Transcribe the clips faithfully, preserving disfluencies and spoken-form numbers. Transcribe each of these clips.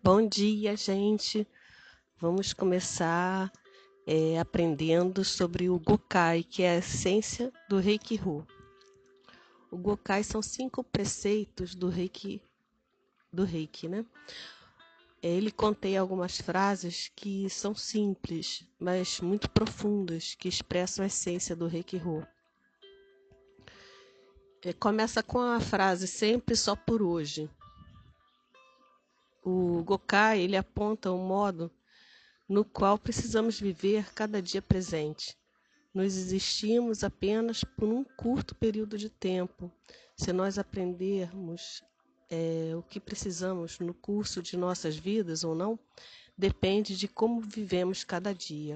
Bom dia, gente! Vamos começar é, aprendendo sobre o Gokai, que é a essência do Reiki-Ho. O Gokai são cinco preceitos do Reiki, do Reiki, né? Ele contém algumas frases que são simples, mas muito profundas, que expressam a essência do Reiki-Ho. É, começa com a frase sempre só por hoje. O Gokai, ele aponta o modo no qual precisamos viver cada dia presente. Nós existimos apenas por um curto período de tempo. Se nós aprendermos é, o que precisamos no curso de nossas vidas ou não, depende de como vivemos cada dia.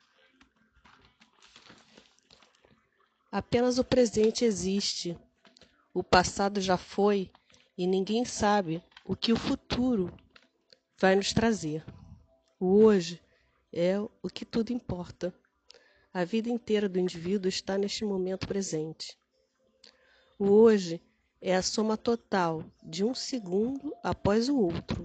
Apenas o presente existe. O passado já foi e ninguém sabe o que o futuro vai nos trazer. O hoje é o que tudo importa. A vida inteira do indivíduo está neste momento presente. O hoje é a soma total de um segundo após o outro.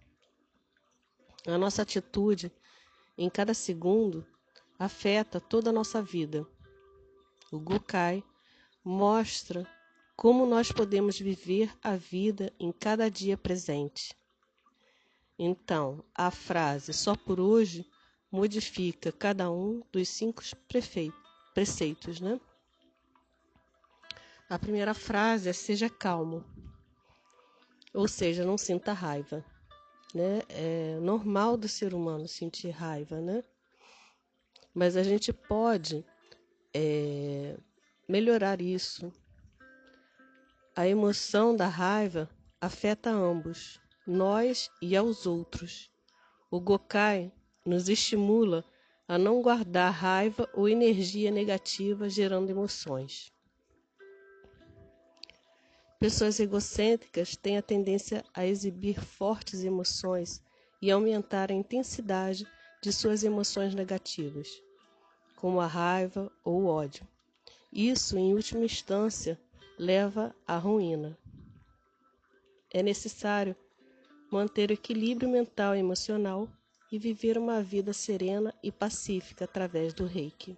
A nossa atitude em cada segundo afeta toda a nossa vida. O Gokai mostra como nós podemos viver a vida em cada dia presente. Então, a frase só por hoje modifica cada um dos cinco preceitos, né? A primeira frase é seja calmo, ou seja, não sinta raiva, né? É normal do ser humano sentir raiva, né? Mas a gente pode é, melhorar isso. A emoção da raiva afeta ambos, nós e aos outros. O Gokai nos estimula a não guardar raiva ou energia negativa gerando emoções. Pessoas egocêntricas têm a tendência a exibir fortes emoções e aumentar a intensidade de suas emoções negativas, como a raiva ou o ódio. Isso, em última instância, leva à ruína. É necessário manter o equilíbrio mental e emocional e viver uma vida serena e pacífica através do Reiki.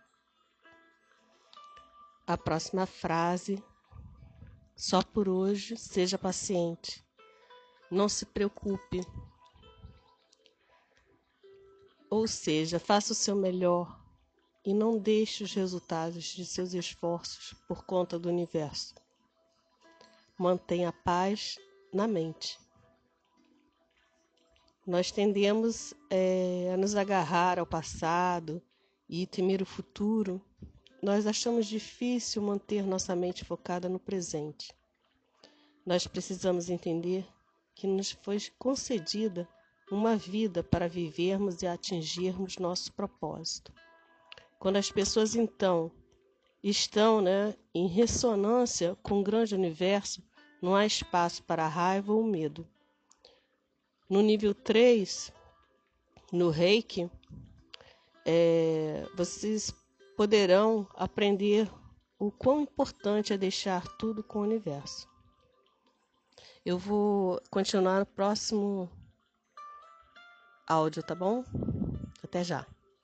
A próxima frase: só por hoje, seja paciente. Não se preocupe. Ou seja, faça o seu melhor e não deixe os resultados de seus esforços por conta do universo. Mantenha a paz na mente. Nós tendemos é, a nos agarrar ao passado e temer o futuro. Nós achamos difícil manter nossa mente focada no presente. Nós precisamos entender que nos foi concedida uma vida para vivermos e atingirmos nosso propósito. Quando as pessoas, então, estão né, em ressonância com o grande universo, não há espaço para a raiva ou medo. No nível três, no Reiki, é, vocês poderão aprender o quão importante é deixar tudo com o universo. Eu vou continuar no próximo áudio, tá bom? Até já.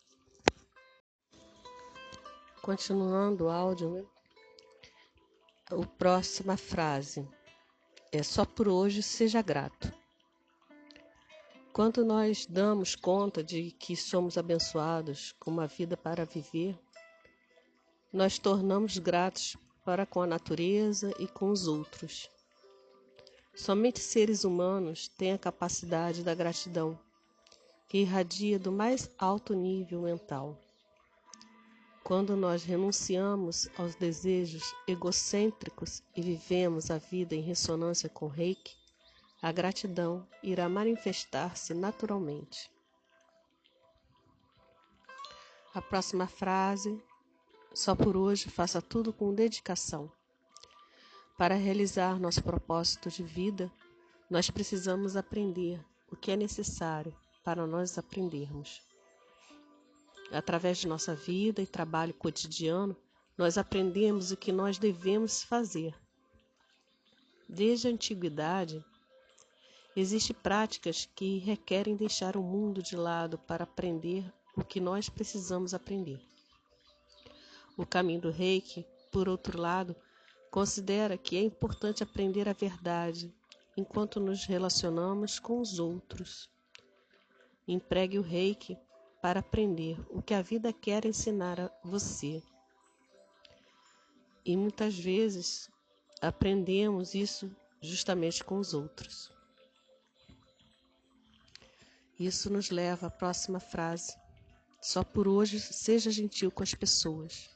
Continuando o áudio, né? A próxima frase é só por hoje seja grato. Quando nós damos conta de que somos abençoados com uma vida para viver, nós tornamos gratos para com a natureza e com os outros. Somente seres humanos têm a capacidade da gratidão, que irradia do mais alto nível mental. Quando nós renunciamos aos desejos egocêntricos e vivemos a vida em ressonância com o Reiki, a gratidão irá manifestar-se naturalmente. A próxima frase: só por hoje faça tudo com dedicação. Para realizar nosso propósito de vida, nós precisamos aprender o que é necessário para nós aprendermos. Através de nossa vida e trabalho cotidiano, nós aprendemos o que nós devemos fazer. Desde a antiguidade, Existem práticas que requerem deixar o mundo de lado para aprender o que nós precisamos aprender. O caminho do Reiki, por outro lado, considera que é importante aprender a verdade enquanto nos relacionamos com os outros. Empregue o Reiki para aprender o que a vida quer ensinar a você. E muitas vezes aprendemos isso justamente com os outros. Isso nos leva à próxima frase. Só por hoje, seja gentil com as pessoas.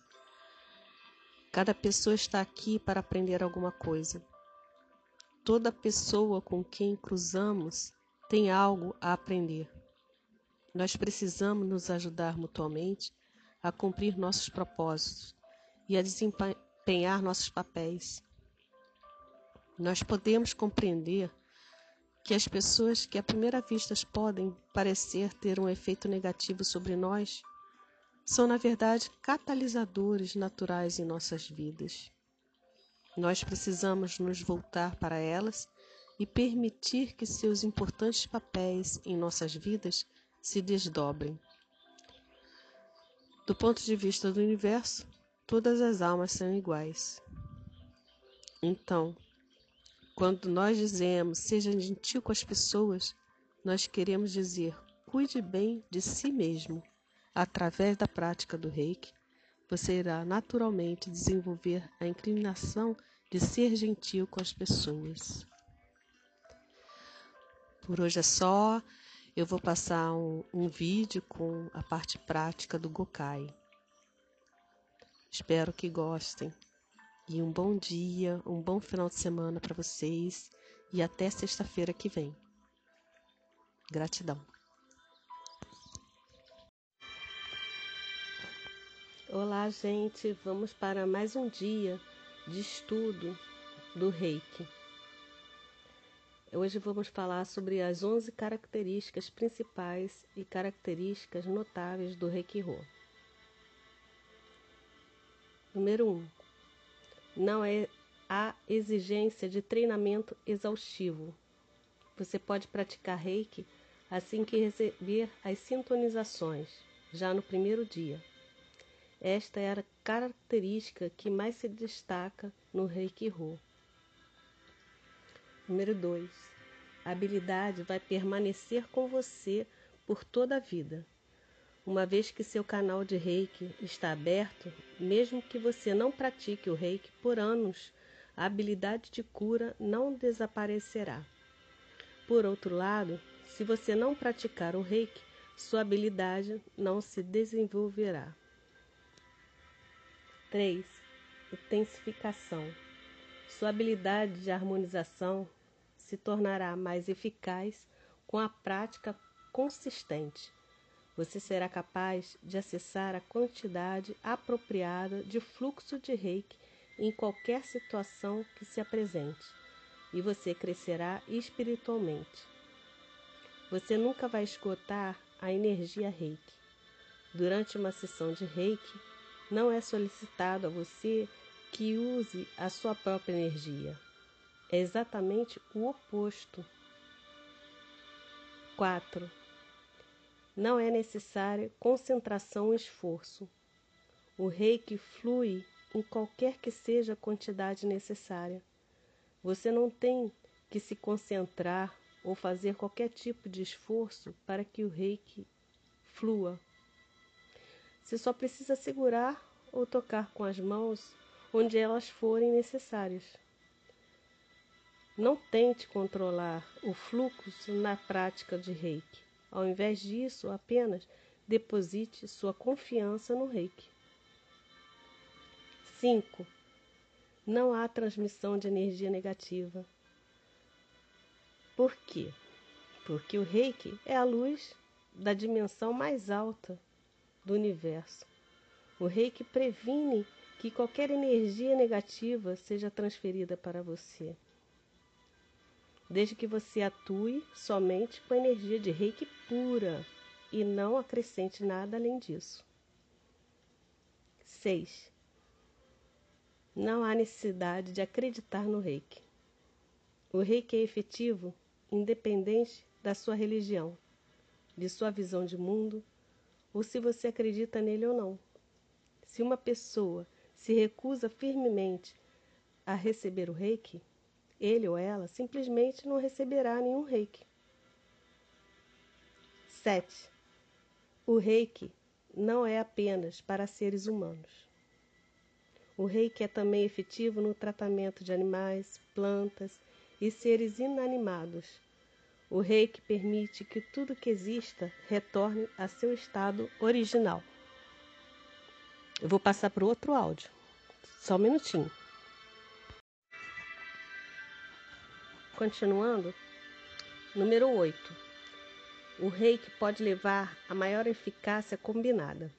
Cada pessoa está aqui para aprender alguma coisa. Toda pessoa com quem cruzamos tem algo a aprender. Nós precisamos nos ajudar mutuamente a cumprir nossos propósitos e a desempenhar nossos papéis. Nós podemos compreender que as pessoas que à primeira vista podem parecer ter um efeito negativo sobre nós são, na verdade, catalisadores naturais em nossas vidas. Nós precisamos nos voltar para elas e permitir que seus importantes papéis em nossas vidas se desdobrem. Do ponto de vista do universo, todas as almas são iguais. Então, quando nós dizemos seja gentil com as pessoas, nós queremos dizer cuide bem de si mesmo. Através da prática do Reiki, você irá naturalmente desenvolver a inclinação de ser gentil com as pessoas. Por hoje é só. Eu vou passar um, um vídeo com a parte prática do Gokai. Espero que gostem. E um bom dia, um bom final de semana para vocês. E até sexta-feira que vem. Gratidão. Olá, gente. Vamos para mais um dia de estudo do Reiki. Hoje vamos falar sobre as onze características principais e características notáveis do Reiki-Ho. Número um. Não é a exigência de treinamento exaustivo. Você pode praticar Reiki assim que receber as sintonizações, já no primeiro dia. Esta é a característica que mais se destaca no Reiki-Ho. Número dois. A habilidade vai permanecer com você por toda a vida. Uma vez que seu canal de Reiki está aberto, mesmo que você não pratique o Reiki por anos, a habilidade de cura não desaparecerá. Por outro lado, se você não praticar o Reiki, sua habilidade não se desenvolverá. três. Intensificação. Sua habilidade de harmonização se tornará mais eficaz com a prática consistente. Você será capaz de acessar a quantidade apropriada de fluxo de Reiki em qualquer situação que se apresente, e você crescerá espiritualmente. Você nunca vai esgotar a energia Reiki. Durante uma sessão de Reiki, não é solicitado a você que use a sua própria energia. É exatamente o oposto. quatro. Não é necessária concentração e esforço. O Reiki flui em qualquer que seja a quantidade necessária. Você não tem que se concentrar ou fazer qualquer tipo de esforço para que o Reiki flua. Você só precisa segurar ou tocar com as mãos onde elas forem necessárias. Não tente controlar o fluxo na prática de Reiki. Ao invés disso, apenas deposite sua confiança no Reiki. cinco. Não há transmissão de energia negativa. Por quê? Porque o Reiki é a luz da dimensão mais alta do universo. O Reiki previne que qualquer energia negativa seja transferida para você, desde que você atue somente com a energia de Reiki pura e não acrescente nada além disso. seis. Não há necessidade de acreditar no Reiki. O Reiki é efetivo independente da sua religião, de sua visão de mundo, ou se você acredita nele ou não. Se uma pessoa se recusa firmemente a receber o reiki, ele ou ela simplesmente não receberá nenhum reiki. sete. O reiki não é apenas para seres humanos. O reiki é também efetivo no tratamento de animais, plantas e seres inanimados. O reiki permite que tudo que exista retorne a seu estado original. Eu vou passar para o outro áudio. Só um minutinho. Continuando. Número oito. O reiki pode levar a maior eficácia combinada.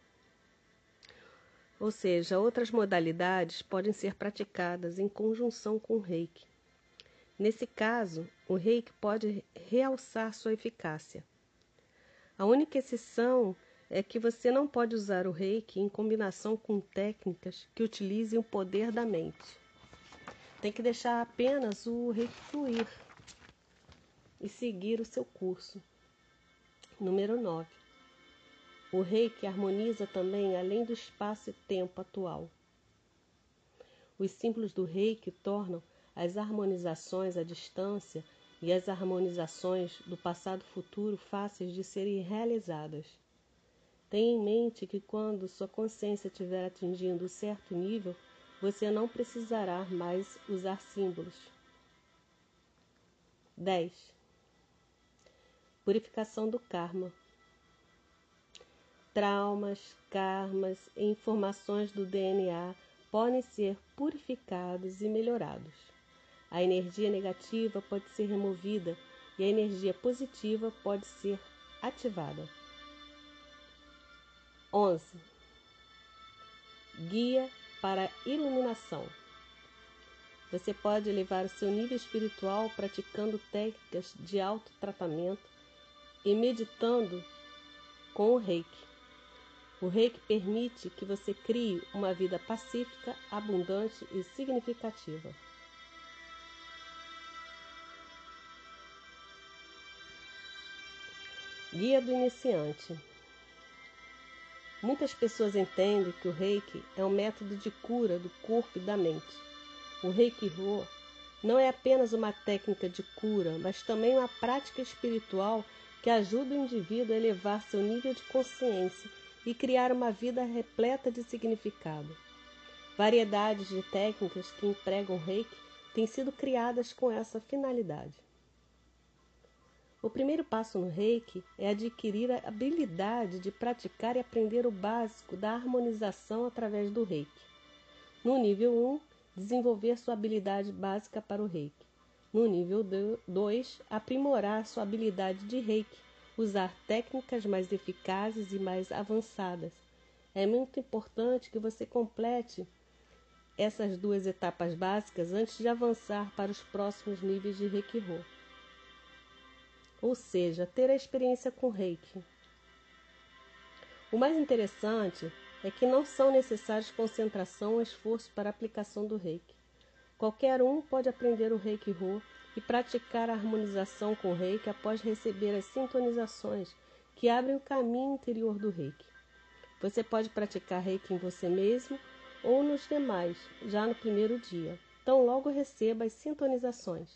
Ou seja, outras modalidades podem ser praticadas em conjunção com o reiki. Nesse caso, o reiki pode realçar sua eficácia. A única exceção é que você não pode usar o reiki em combinação com técnicas que utilizem o poder da mente. Tem que deixar apenas o reiki fluir e seguir o seu curso. Número nove. O reiki harmoniza também além do espaço e tempo atual. Os símbolos do reiki tornam as harmonizações à distância e as harmonizações do passado e futuro fáceis de serem realizadas. Tenha em mente que quando sua consciência estiver atingindo um certo nível, você não precisará mais usar símbolos. dez. Purificação do karma. Traumas, karmas e informações do D N A podem ser purificados e melhorados. A energia negativa pode ser removida e a energia positiva pode ser ativada. onze. Guia para a iluminação. Você pode elevar o seu nível espiritual praticando técnicas de autotratamento e meditando com o reiki. O reiki permite que você crie uma vida pacífica, abundante e significativa. Guia do iniciante. Muitas pessoas entendem que o reiki é um método de cura do corpo e da mente. O reiki-ho não é apenas uma técnica de cura, mas também uma prática espiritual que ajuda o indivíduo a elevar seu nível de consciência e criar uma vida repleta de significado. Variedades de técnicas que empregam o reiki têm sido criadas com essa finalidade. O primeiro passo no reiki é adquirir a habilidade de praticar e aprender o básico da harmonização através do reiki. No nível um, desenvolver sua habilidade básica para o reiki. No nível dois, aprimorar sua habilidade de reiki, usar técnicas mais eficazes e mais avançadas. É muito importante que você complete essas duas etapas básicas antes de avançar para os próximos níveis de Reiki-ho. Ou seja, ter a experiência com Reiki. O mais interessante é que não são necessários concentração ou esforço para a aplicação do Reiki. Qualquer um pode aprender o Reiki-ho e praticar a harmonização com o Reiki após receber as sintonizações que abrem o caminho interior do Reiki. Você pode praticar Reiki em você mesmo ou nos demais, já no primeiro dia, tão logo receba as sintonizações.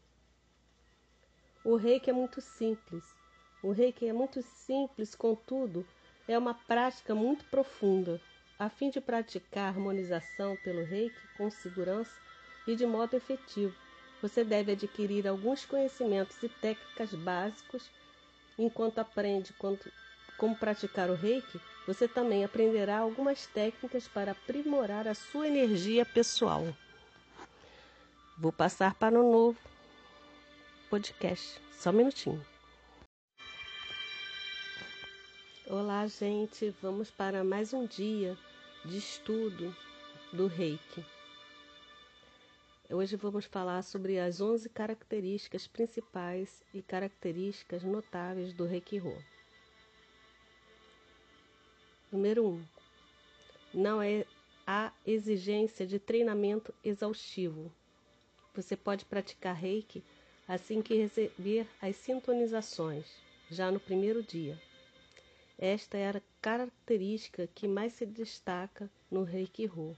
O Reiki é muito simples. O Reiki é muito simples, contudo, é uma prática muito profunda. A fim de praticar a harmonização pelo Reiki com segurança e de modo efetivo, você deve adquirir alguns conhecimentos e técnicas básicos. Enquanto aprende como praticar o Reiki, você também aprenderá algumas técnicas para aprimorar a sua energia pessoal. Vou passar para um novo podcast. Só um minutinho. Olá, gente. Vamos para mais um dia de estudo do Reiki. Hoje vamos falar sobre as onze características principais e características notáveis do Reiki-ho. Número um. Não é a exigência de treinamento exaustivo. Você pode praticar Reiki assim que receber as sintonizações, já no primeiro dia. Esta é a característica que mais se destaca no Reiki Ho.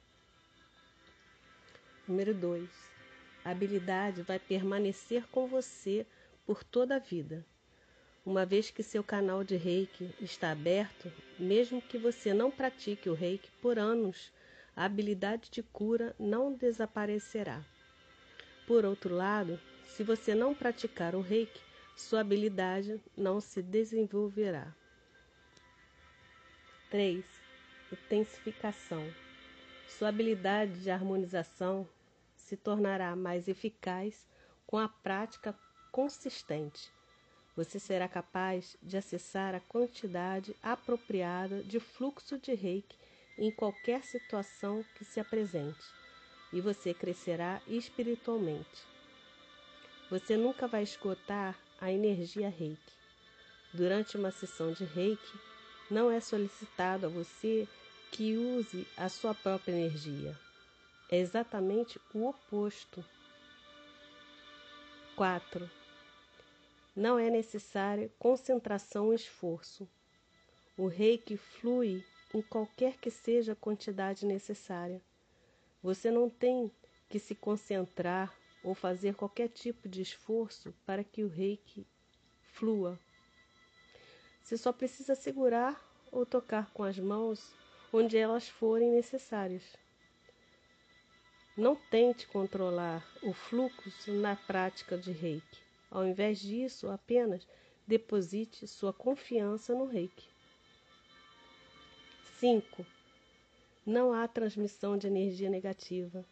Número dois. A habilidade vai permanecer com você por toda a vida. Uma vez que seu canal de Reiki está aberto, mesmo que você não pratique o Reiki por anos, a habilidade de cura não desaparecerá. Por outro lado, se você não praticar o Reiki, sua habilidade não se desenvolverá. três. Intensificação. Sua habilidade de harmonização se tornará mais eficaz com a prática consistente. Você será capaz de acessar a quantidade apropriada de fluxo de Reiki em qualquer situação que se apresente, e você crescerá espiritualmente. Você nunca vai esgotar a energia Reiki. Durante uma sessão de Reiki, não é solicitado a você que use a sua própria energia. É exatamente o oposto. quatro. Não é necessário concentração e esforço. O Reiki flui em qualquer que seja a quantidade necessária. Você não tem que se concentrar ou fazer qualquer tipo de esforço para que o Reiki flua. Você só precisa segurar ou tocar com as mãos onde elas forem necessárias. Não tente controlar o fluxo na prática de Reiki. Ao invés disso, apenas deposite sua confiança no Reiki. cinco. Não há transmissão de energia negativa.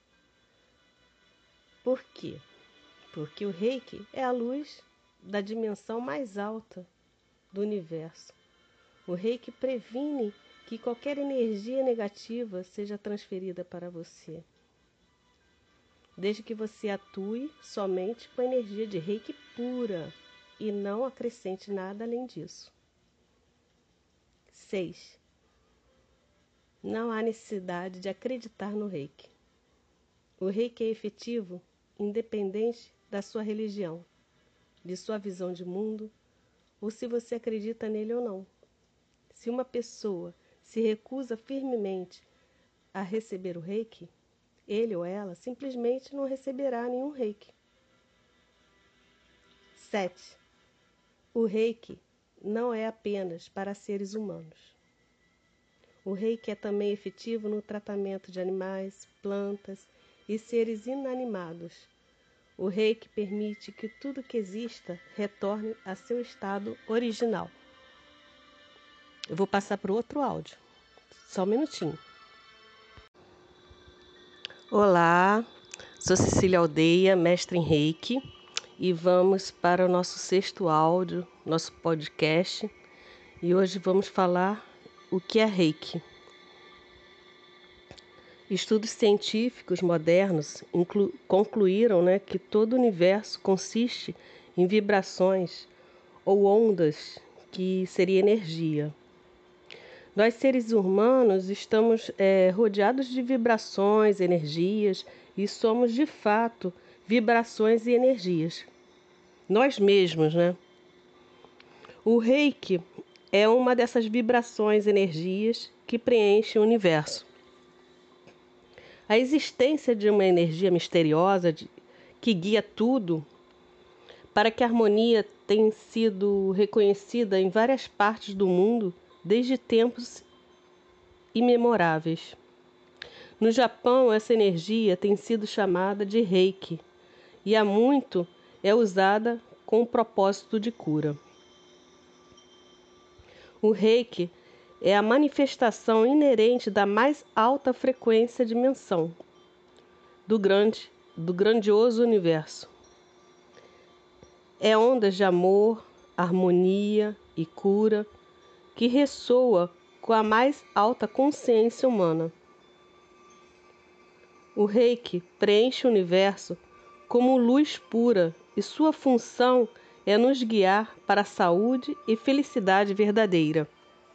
Por quê? Porque o Reiki é a luz da dimensão mais alta do universo. O Reiki previne que qualquer energia negativa seja transferida para você, desde que você atue somente com a energia de Reiki pura e não acrescente nada além disso. seis. Não há necessidade de acreditar no Reiki. O Reiki é efetivo independente da sua religião, de sua visão de mundo, ou se você acredita nele ou não. Se uma pessoa se recusa firmemente a receber o Reiki, ele ou ela simplesmente não receberá nenhum Reiki. sete. O Reiki não é apenas para seres humanos. O Reiki é também efetivo no tratamento de animais, plantas e seres inanimados. O Reiki permite que tudo que exista retorne a seu estado original. Eu vou passar para o outro áudio. Só um minutinho. Olá, sou Cecília Aldeia, mestre em Reiki, e vamos para o nosso sexto áudio, nosso podcast. E hoje vamos falar o que é Reiki. Estudos científicos modernos inclu- concluíram né, que todo o universo consiste em vibrações ou ondas, que seria energia. Nós, seres humanos, estamos é, rodeados de vibrações, energias, e somos, de fato, vibrações e energias. Nós mesmos, né? O Reiki é uma dessas vibrações, energias que preenchem o universo. A existência de uma energia misteriosa de, que guia tudo, para que a harmonia tenha sido reconhecida em várias partes do mundo desde tempos imemoráveis. No Japão, essa energia tem sido chamada de Reiki e há muito é usada com o propósito de cura. O Reiki é a manifestação inerente da mais alta frequência dimensão do grande, do grandioso universo. É ondas de amor, harmonia e cura que ressoa com a mais alta consciência humana. O Reiki preenche o universo como luz pura e sua função é nos guiar para a saúde e felicidade verdadeira.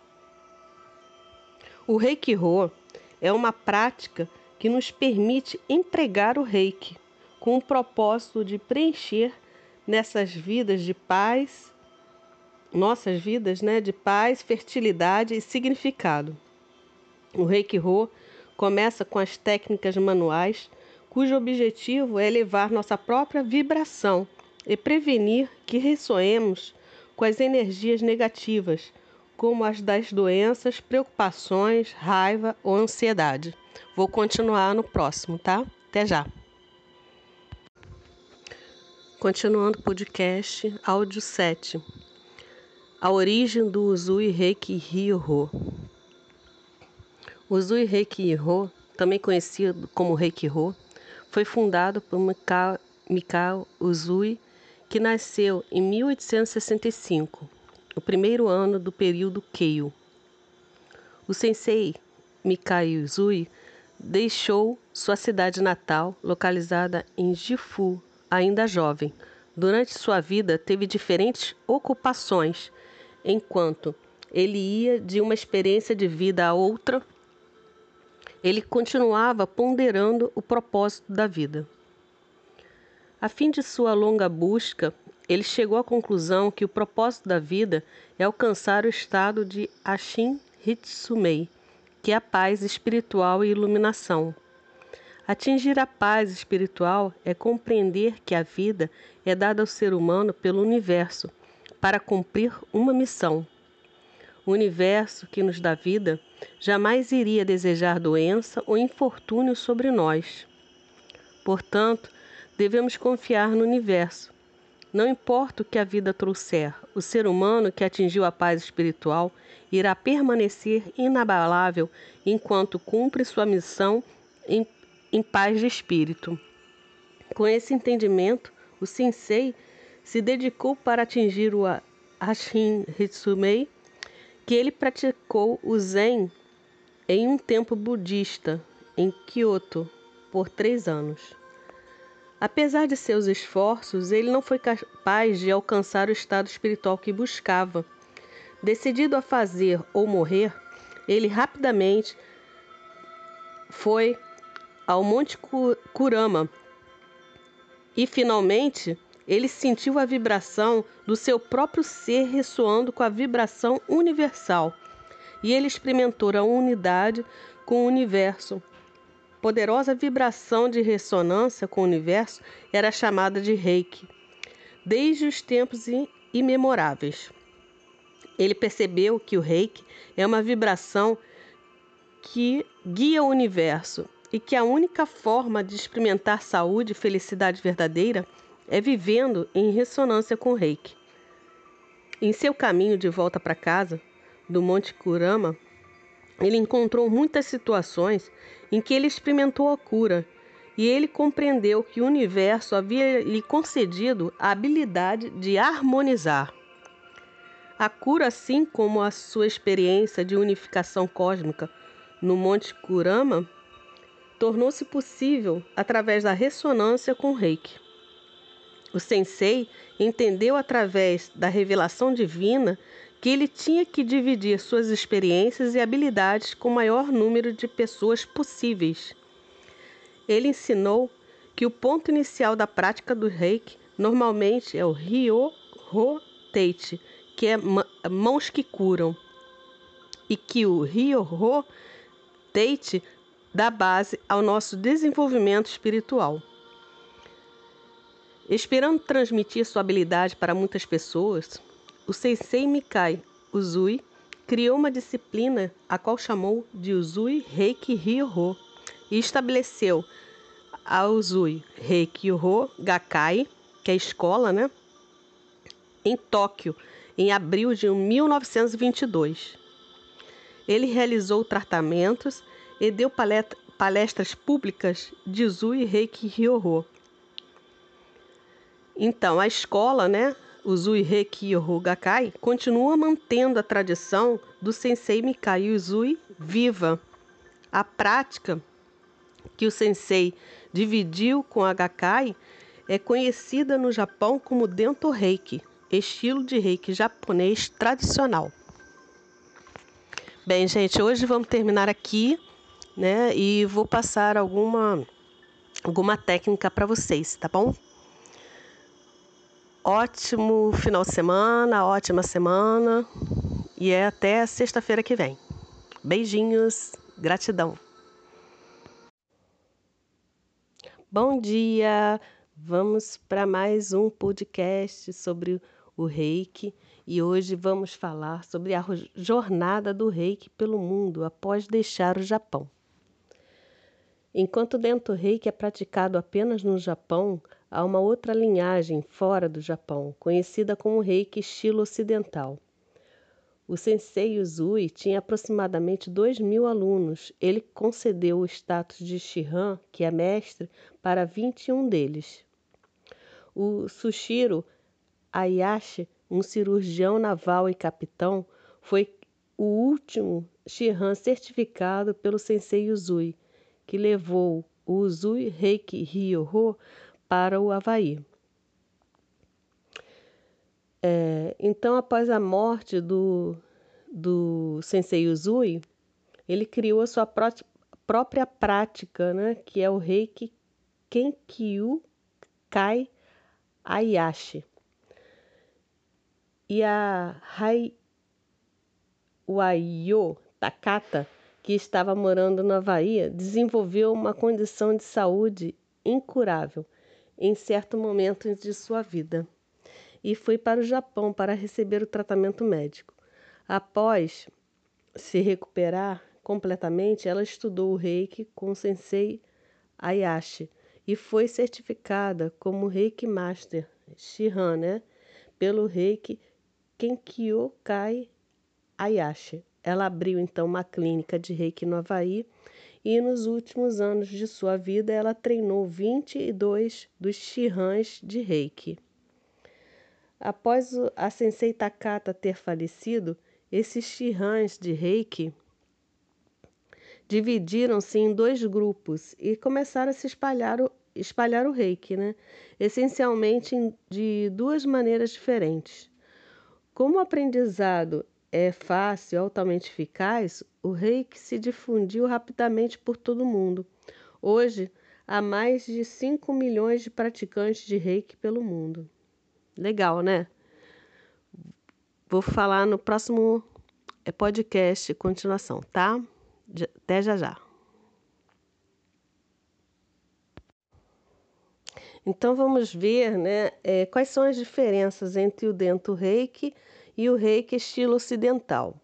O Reiki Ho é uma prática que nos permite empregar o Reiki com o propósito de preencher nessas vidas de paz, nossas vidas, né, de paz, fertilidade e significado. O Reiki-Rô começa com as técnicas manuais, cujo objetivo é elevar nossa própria vibração e prevenir que ressoemos com as energias negativas, como as das doenças, preocupações, raiva ou ansiedade. Vou continuar no próximo, tá? Até já! Continuando o podcast, áudio sete. A origem do Usui Reiki Ryo-Rô. O Usui Reiki Ryo, também conhecido como Reiki-Rô, foi fundado por Mikao, Mikao Usui, que nasceu em mil oitocentos e sessenta e cinco, o primeiro ano do período Keiyo. O sensei Mikao Usui deixou sua cidade natal, localizada em Gifu, ainda jovem. Durante sua vida, teve diferentes ocupações, enquanto ele ia de uma experiência de vida a outra. Ele continuava ponderando o propósito da vida. A fim de sua longa busca, ele chegou à conclusão que o propósito da vida é alcançar o estado de Ashin Hitsumei, que é a paz espiritual e iluminação. Atingir a paz espiritual é compreender que a vida é dada ao ser humano pelo universo para cumprir uma missão. O universo que nos dá vida jamais iria desejar doença ou infortúnio sobre nós. Portanto, devemos confiar no universo. Não importa o que a vida trouxer, o ser humano que atingiu a paz espiritual irá permanecer inabalável enquanto cumpre sua missão em, em paz de espírito. Com esse entendimento, o sensei se dedicou para atingir o Ashin Hitsumei, que ele praticou o Zen em um templo budista em Kyoto por três anos. Apesar de seus esforços, ele não foi capaz de alcançar o estado espiritual que buscava. Decidido a fazer ou morrer, ele rapidamente foi ao Monte Kurama e, finalmente, ele sentiu a vibração do seu próprio ser ressoando com a vibração universal e ele experimentou a unidade com o universo. Poderosa vibração de ressonância com o universo era chamada de Reiki, desde os tempos imemoráveis. Ele percebeu que o Reiki é uma vibração que guia o universo e que a única forma de experimentar saúde e felicidade verdadeira é vivendo em ressonância com o Reiki. Em seu caminho de volta para casa, do Monte Kurama, ele encontrou muitas situações em que ele experimentou a cura e ele compreendeu que o universo havia lhe concedido a habilidade de harmonizar. A cura, assim como a sua experiência de unificação cósmica no Monte Kurama, tornou-se possível através da ressonância com o Reiki. O sensei entendeu através da revelação divina que ele tinha que dividir suas experiências e habilidades com o maior número de pessoas possíveis. Ele ensinou que o ponto inicial da prática do Reiki normalmente é o Ryo-Rô Teiti, que é mãos que curam, e que o Ryo-Rô Teiti dá base ao nosso desenvolvimento espiritual. Esperando transmitir sua habilidade para muitas pessoas, o sensei Mikao Usui criou uma disciplina a qual chamou de Usui Reiki Ryo-Rô e estabeleceu a Usui Reiki Ryo Gakkai, que é a escola, né, em Tóquio, em abril de mil novecentos e vinte e dois. Ele realizou tratamentos e deu palestras públicas de Usui Reiki Ryo-Rô. Então, a escola, né, Usui Reiki Ryo Gakkai, continua mantendo a tradição do sensei Mikao Usui viva. A prática que o sensei dividiu com a Gakkai é conhecida no Japão como Dento Reiki, estilo de Reiki japonês tradicional. Bem, gente, hoje vamos terminar aqui, né, e vou passar alguma, alguma técnica para vocês, tá bom? ótimo final de semana, ótima semana e é até sexta-feira que vem. Beijinhos, gratidão. Bom dia, vamos para mais um podcast sobre o Reiki e hoje vamos falar sobre a jornada do Reiki pelo mundo após deixar o Japão. Enquanto o Dento Reiki é praticado apenas no Japão, há uma outra linhagem fora do Japão, conhecida como Reiki estilo ocidental. O Sensei Usui tinha aproximadamente dois mil alunos. Ele concedeu o status de Shihan, que é mestre, para vinte e um deles. O Sushiro Ayashi, um cirurgião naval e capitão, foi o último Shihan certificado pelo Sensei Usui, que levou o Usui Reiki Ryoho para o Havaí. É, então, após a morte do, do Sensei Usui, ele criou a sua pró própria prática, né, que é o Reiki Kenkyu Kai Ayashi. E a Haiwayo Takata, que estava morando na Havaí, desenvolveu uma condição de saúde incurável em certo momento de sua vida e foi para o Japão para receber o tratamento médico. Após se recuperar completamente, ela estudou o Reiki com o Sensei Ayashi e foi certificada como Reiki Master Shihan, né, pelo Reiki Kenkyu Kai Ayashi. Ela abriu então uma clínica de Reiki no Havaí e nos últimos anos de sua vida ela treinou vinte e dois dos Shihans de Reiki. Após a Sensei Takata ter falecido, esses Shihans de Reiki dividiram-se em dois grupos e começaram a se espalhar o, espalhar o Reiki, né? Essencialmente de duas maneiras diferentes. Como o aprendizado é fácil e altamente eficaz, o Reiki se difundiu rapidamente por todo o mundo. Hoje, há mais de cinco milhões de praticantes de Reiki pelo mundo. Legal, né? Vou falar no próximo podcast, continuação, tá? Até já já. Então vamos ver, né, é, quais são as diferenças entre o Dento Reiki e o Reiki estilo ocidental.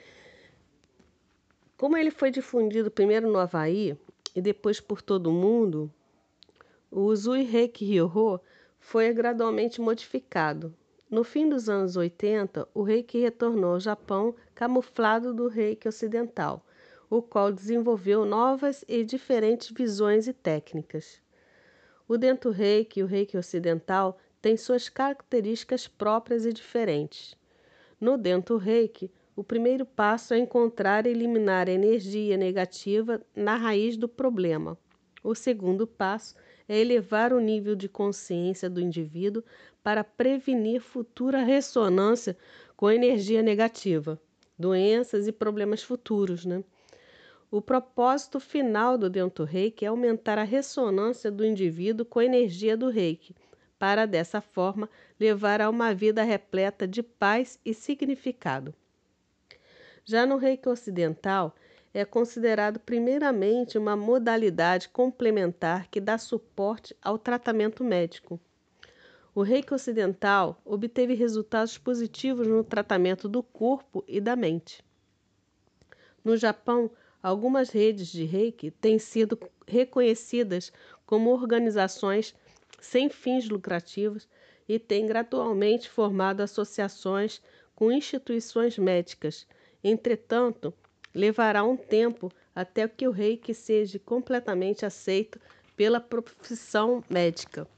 Como ele foi difundido primeiro no Havaí e depois por todo o mundo, o Usui Reiki Ryoho foi gradualmente modificado. No fim dos anos oitenta, o Reiki retornou ao Japão camuflado do Reiki ocidental, o qual desenvolveu novas e diferentes visões e técnicas. O Dento Reiki e o Reiki ocidental têm suas características próprias e diferentes. No Dento Reiki, o primeiro passo é encontrar e eliminar a energia negativa na raiz do problema. O segundo passo é elevar o nível de consciência do indivíduo para prevenir futura ressonância com energia negativa, doenças e problemas futuros, né? O propósito final do Dento Reiki é aumentar a ressonância do indivíduo com a energia do Reiki, para dessa forma levar a uma vida repleta de paz e significado. Já no Reiki ocidental, é considerado primeiramente uma modalidade complementar que dá suporte ao tratamento médico. O Reiki ocidental obteve resultados positivos no tratamento do corpo e da mente. No Japão, algumas redes de Reiki têm sido reconhecidas como organizações sem fins lucrativos e têm gradualmente formado associações com instituições médicas. Entretanto, levará um tempo até que o Reiki seja completamente aceito pela profissão médica.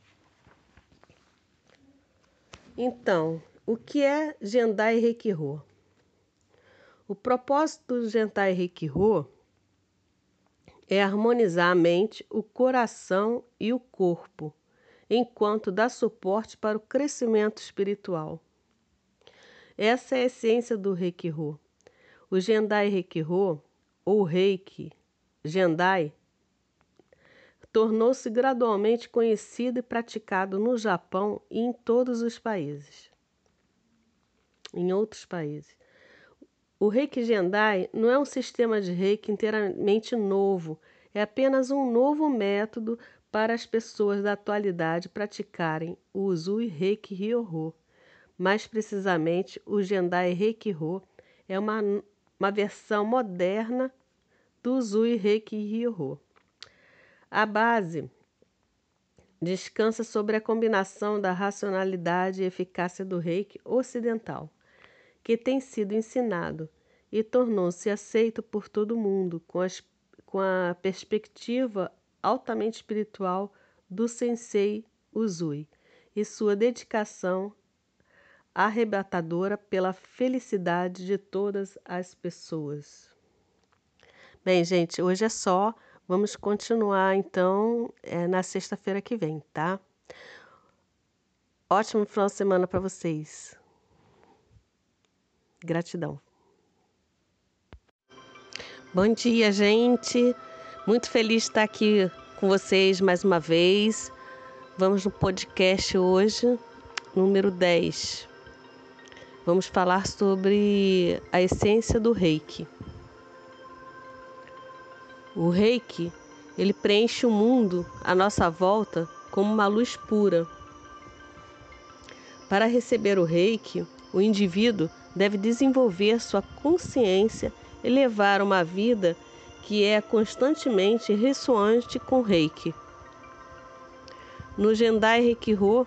Então, o que é Gendai Reiki-Ryo? O propósito do Gendai Reiki-Ryo é harmonizar a mente, o coração e o corpo, enquanto dá suporte para o crescimento espiritual. Essa é a essência do Reiki-Ryo. O Gendai Reiki-Ryo, ou Reiki Gendai, tornou-se gradualmente conhecido e praticado no Japão e em todos os países. Em outros países. O Reiki Gendai não é um sistema de Reiki inteiramente novo, é apenas um novo método para as pessoas da atualidade praticarem o Usui Reiki Ryoho. Mais precisamente, o Gendai Reiki Ryo é uma, uma versão moderna do Usui Reiki Ryoho. A base descansa sobre a combinação da racionalidade e eficácia do Reiki ocidental, que tem sido ensinado e tornou-se aceito por todo mundo com, as, com a perspectiva altamente espiritual do Sensei Usui e sua dedicação arrebatadora pela felicidade de todas as pessoas. Bem, gente, hoje é só. Vamos continuar, então, é, na sexta-feira que vem, tá? Ótimo final de semana para vocês. Gratidão. Bom dia, gente. Muito feliz de estar aqui com vocês mais uma vez. Vamos no podcast hoje, número dez. Vamos falar sobre a essência do Reiki. O Reiki, ele preenche o mundo à nossa volta como uma luz pura. Para receber o Reiki, o indivíduo deve desenvolver sua consciência e levar uma vida que é constantemente ressoante com o Reiki. No Gendai Reiki Ryo,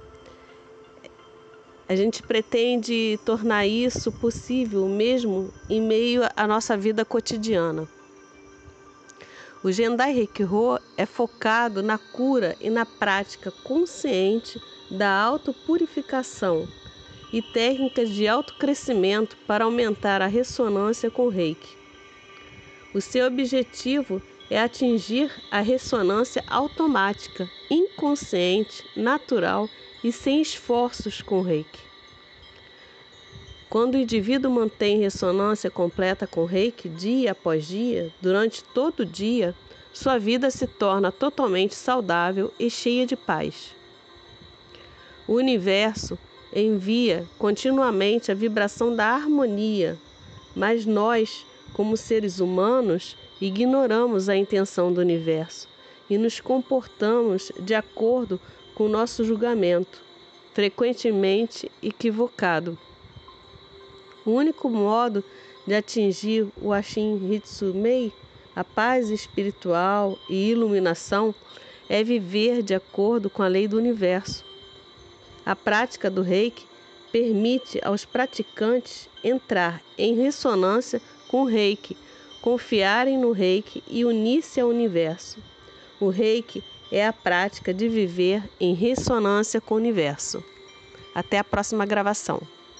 a gente pretende tornar isso possível mesmo em meio à nossa vida cotidiana. O Gendai Reiki Ryo é focado na cura e na prática consciente da autopurificação e técnicas de autocrescimento para aumentar a ressonância com o Reiki. O seu objetivo é atingir a ressonância automática, inconsciente, natural e sem esforços com o Reiki. Quando o indivíduo mantém ressonância completa com o Reiki dia após dia, durante todo o dia, sua vida se torna totalmente saudável e cheia de paz. O universo envia continuamente a vibração da harmonia, mas nós, como seres humanos, ignoramos a intenção do universo e nos comportamos de acordo com o nosso julgamento, frequentemente equivocado. O único modo de atingir o Ashin Hitsumei, a paz espiritual e iluminação, é viver de acordo com a lei do universo. A prática do Reiki permite aos praticantes entrar em ressonância com o Reiki, confiarem no Reiki e unir-se ao universo. O Reiki é a prática de viver em ressonância com o universo. Até a próxima gravação.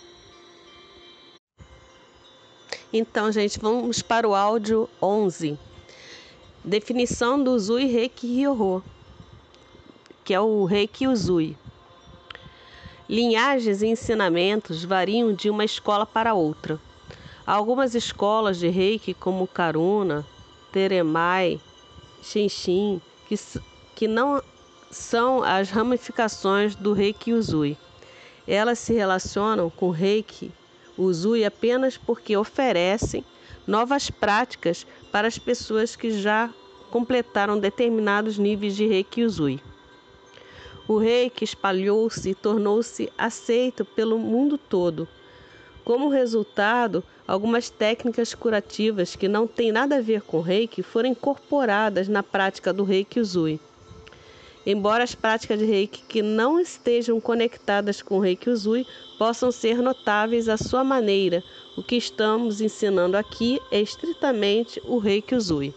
Então, gente, vamos para o áudio onze. Definição do Usui Reiki Ryoho, que é o Reiki Usui. Linhagens e ensinamentos variam de uma escola para outra. Algumas escolas de Reiki, como Karuna, Teremai, Senshin, que, que não são as ramificações do Reiki Usui. Elas se relacionam com o Reiki Usui apenas porque oferecem novas práticas para as pessoas que já completaram determinados níveis de Reiki Usui. O Reiki espalhou-se e tornou-se aceito pelo mundo todo. Como resultado, algumas técnicas curativas que não têm nada a ver com Reiki foram incorporadas na prática do Reiki Usui. Embora as práticas de Reiki que não estejam conectadas com o Reiki Usui possam ser notáveis à sua maneira, o que estamos ensinando aqui é estritamente o Reiki Usui.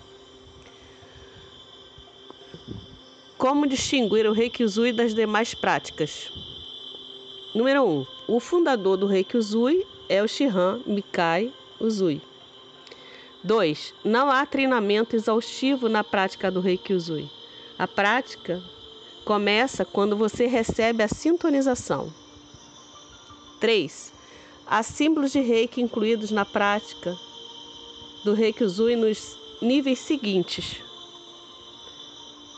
Como distinguir o Reiki Usui das demais práticas? Número um. O fundador do Reiki Usui é o Shihan Mikai Usui. dois. Não há treinamento exaustivo na prática do Reiki Usui. A prática começa quando você recebe a sintonização. três. Há símbolos de Reiki incluídos na prática do Reiki Usui nos níveis seguintes.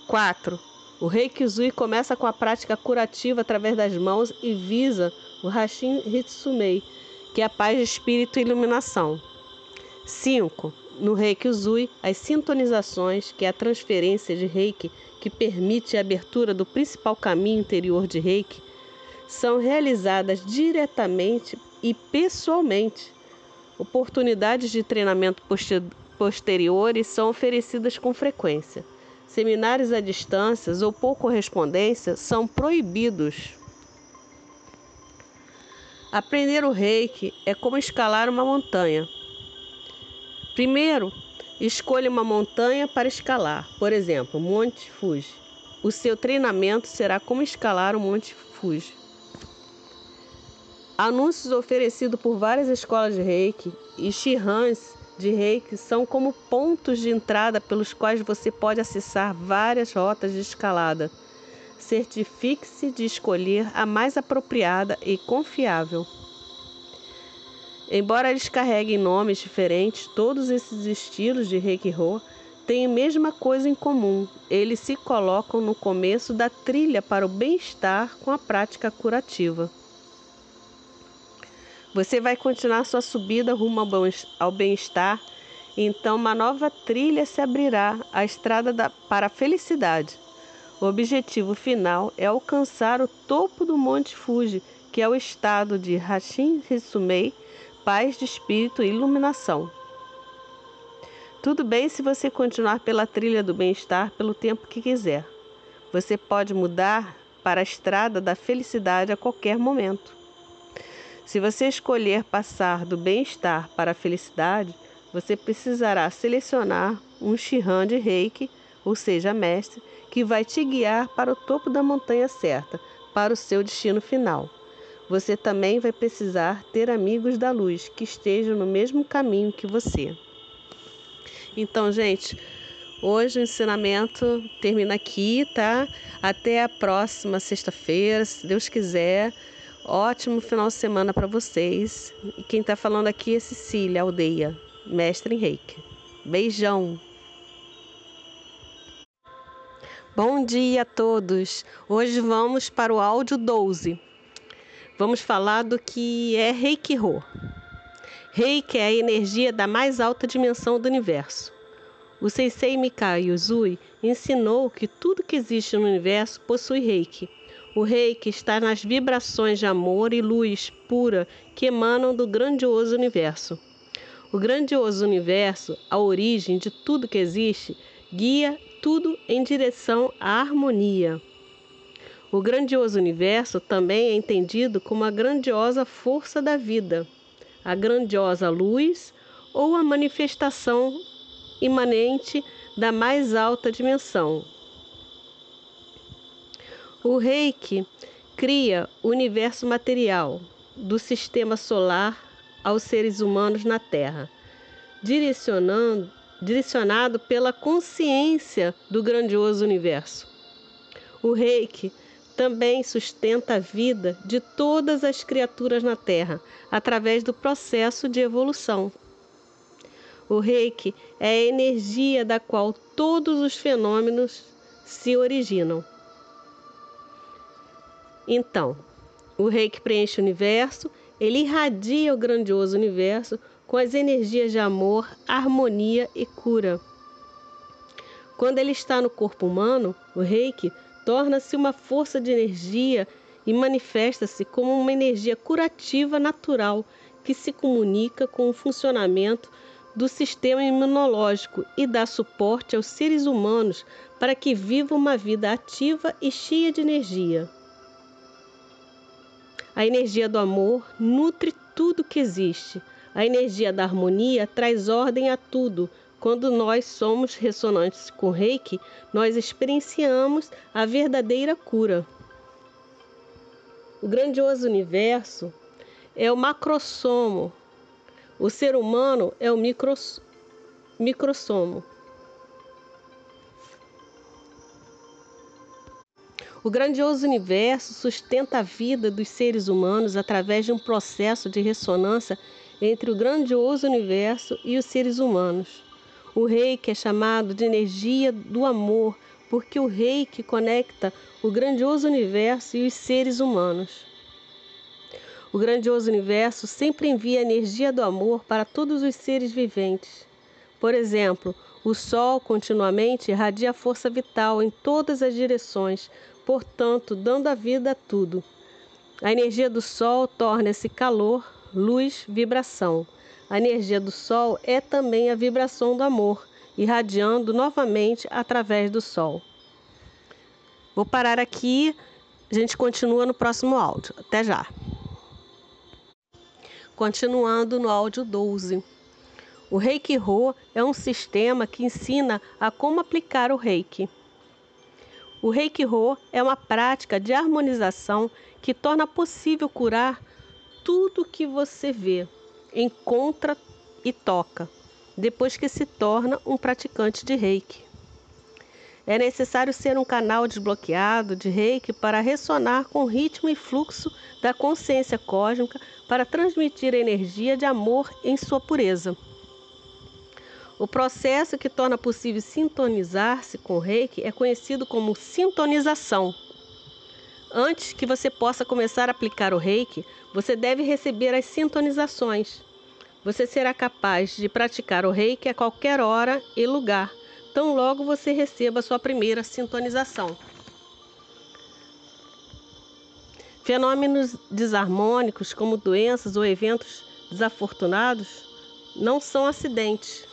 quatro. O Reiki Usui começa com a prática curativa através das mãos e visa o Hashin Hitsumei, que é a paz de espírito e iluminação. cinco. No Reiki Usui, as sintonizações, que é a transferência de Reiki que permite a abertura do principal caminho interior de Reiki, são realizadas diretamente e pessoalmente. Oportunidades de treinamento posteriores são oferecidas com frequência. Seminários à distância ou por correspondência são proibidos. Aprender o Reiki é como escalar uma montanha. Primeiro, escolha uma montanha para escalar, por exemplo, Monte Fuji. O seu treinamento será como escalar o Monte Fuji. Anúncios oferecidos por várias escolas de Reiki e Shihans de Reiki são como pontos de entrada pelos quais você pode acessar várias rotas de escalada. Certifique-se de escolher a mais apropriada e confiável. Embora eles carreguem nomes diferentes, todos esses estilos de Reiki-Ho têm a mesma coisa em comum. Eles se colocam no começo da trilha para o bem-estar com a prática curativa. Você vai continuar sua subida rumo ao bem-estar, e então uma nova trilha se abrirá, a estrada da, para a felicidade. O objetivo final é alcançar o topo do Monte Fuji, que é o estado de Hashin Hitsumei, paz de espírito e iluminação. Tudo bem se você continuar pela trilha do bem-estar pelo tempo que quiser. Você pode mudar para a estrada da felicidade a qualquer momento. Se você escolher passar do bem-estar para a felicidade, você precisará selecionar um Shihan de Reiki, ou seja, mestre, que vai te guiar para o topo da montanha certa, para o seu destino final. Você também vai precisar ter amigos da luz que estejam no mesmo caminho que você. Então, gente, hoje o ensinamento termina aqui, tá? Até a próxima sexta-feira, se Deus quiser. Ótimo final de semana para vocês. E quem está falando aqui é Cecília Aldeia, mestre em Reiki. Beijão! Bom dia a todos! Hoje vamos para o áudio doze. Vamos falar do que é Reiki-Ho. Reiki é a energia da mais alta dimensão do universo. O Sensei Mikai Usui ensinou que tudo que existe no universo possui Reiki. O Reiki está nas vibrações de amor e luz pura que emanam do grandioso universo. O grandioso universo, a origem de tudo que existe, guia tudo em direção à harmonia. O grandioso universo também é entendido como a grandiosa força da vida, a grandiosa luz ou a manifestação imanente da mais alta dimensão. O Reiki cria o universo material, do sistema solar aos seres humanos na Terra, direcionando, direcionado pela consciência do grandioso universo. O Reiki também sustenta a vida de todas as criaturas na Terra, através do processo de evolução. O Reiki é a energia da qual todos os fenômenos se originam. Então, o Reiki preenche o universo, ele irradia o grandioso universo com as energias de amor, harmonia e cura. Quando ele está no corpo humano, o Reiki torna-se uma força de energia e manifesta-se como uma energia curativa natural que se comunica com o funcionamento do sistema imunológico e dá suporte aos seres humanos para que vivam uma vida ativa e cheia de energia. A energia do amor nutre tudo que existe. A energia da harmonia traz ordem a tudo. Quando nós somos ressonantes com Reiki, nós experienciamos a verdadeira cura. O grandioso universo é o macrossomo. O ser humano é o micros, microssomo. O grandioso universo sustenta a vida dos seres humanos através de um processo de ressonância entre o grandioso universo e os seres humanos. O Reiki é chamado de energia do amor porque o Reiki conecta o grandioso universo e os seres humanos. O grandioso universo sempre envia a energia do amor para todos os seres viventes. Por exemplo, o Sol continuamente irradia força vital em todas as direções, portanto, dando a vida a tudo. A energia do Sol torna-se calor, luz, vibração. A energia do Sol é também a vibração do amor, irradiando novamente através do Sol. Vou parar aqui, a gente continua no próximo áudio. Até já! Continuando no áudio doze. O Reiki Rô é um sistema que ensina a como aplicar o Reiki. O Reiki Rô é uma prática de harmonização que torna possível curar tudo que você vê, encontra e toca, depois que se torna um praticante de Reiki. É necessário ser um canal desbloqueado de Reiki para ressonar com o ritmo e fluxo da consciência cósmica para transmitir a energia de amor em sua pureza. O processo que torna possível sintonizar-se com o Reiki é conhecido como sintonização. Antes que você possa começar a aplicar o Reiki, você deve receber as sintonizações. Você será capaz de praticar o Reiki a qualquer hora e lugar, tão logo você receba a sua primeira sintonização. Fenômenos desarmônicos, como doenças ou eventos desafortunados, não são acidentes.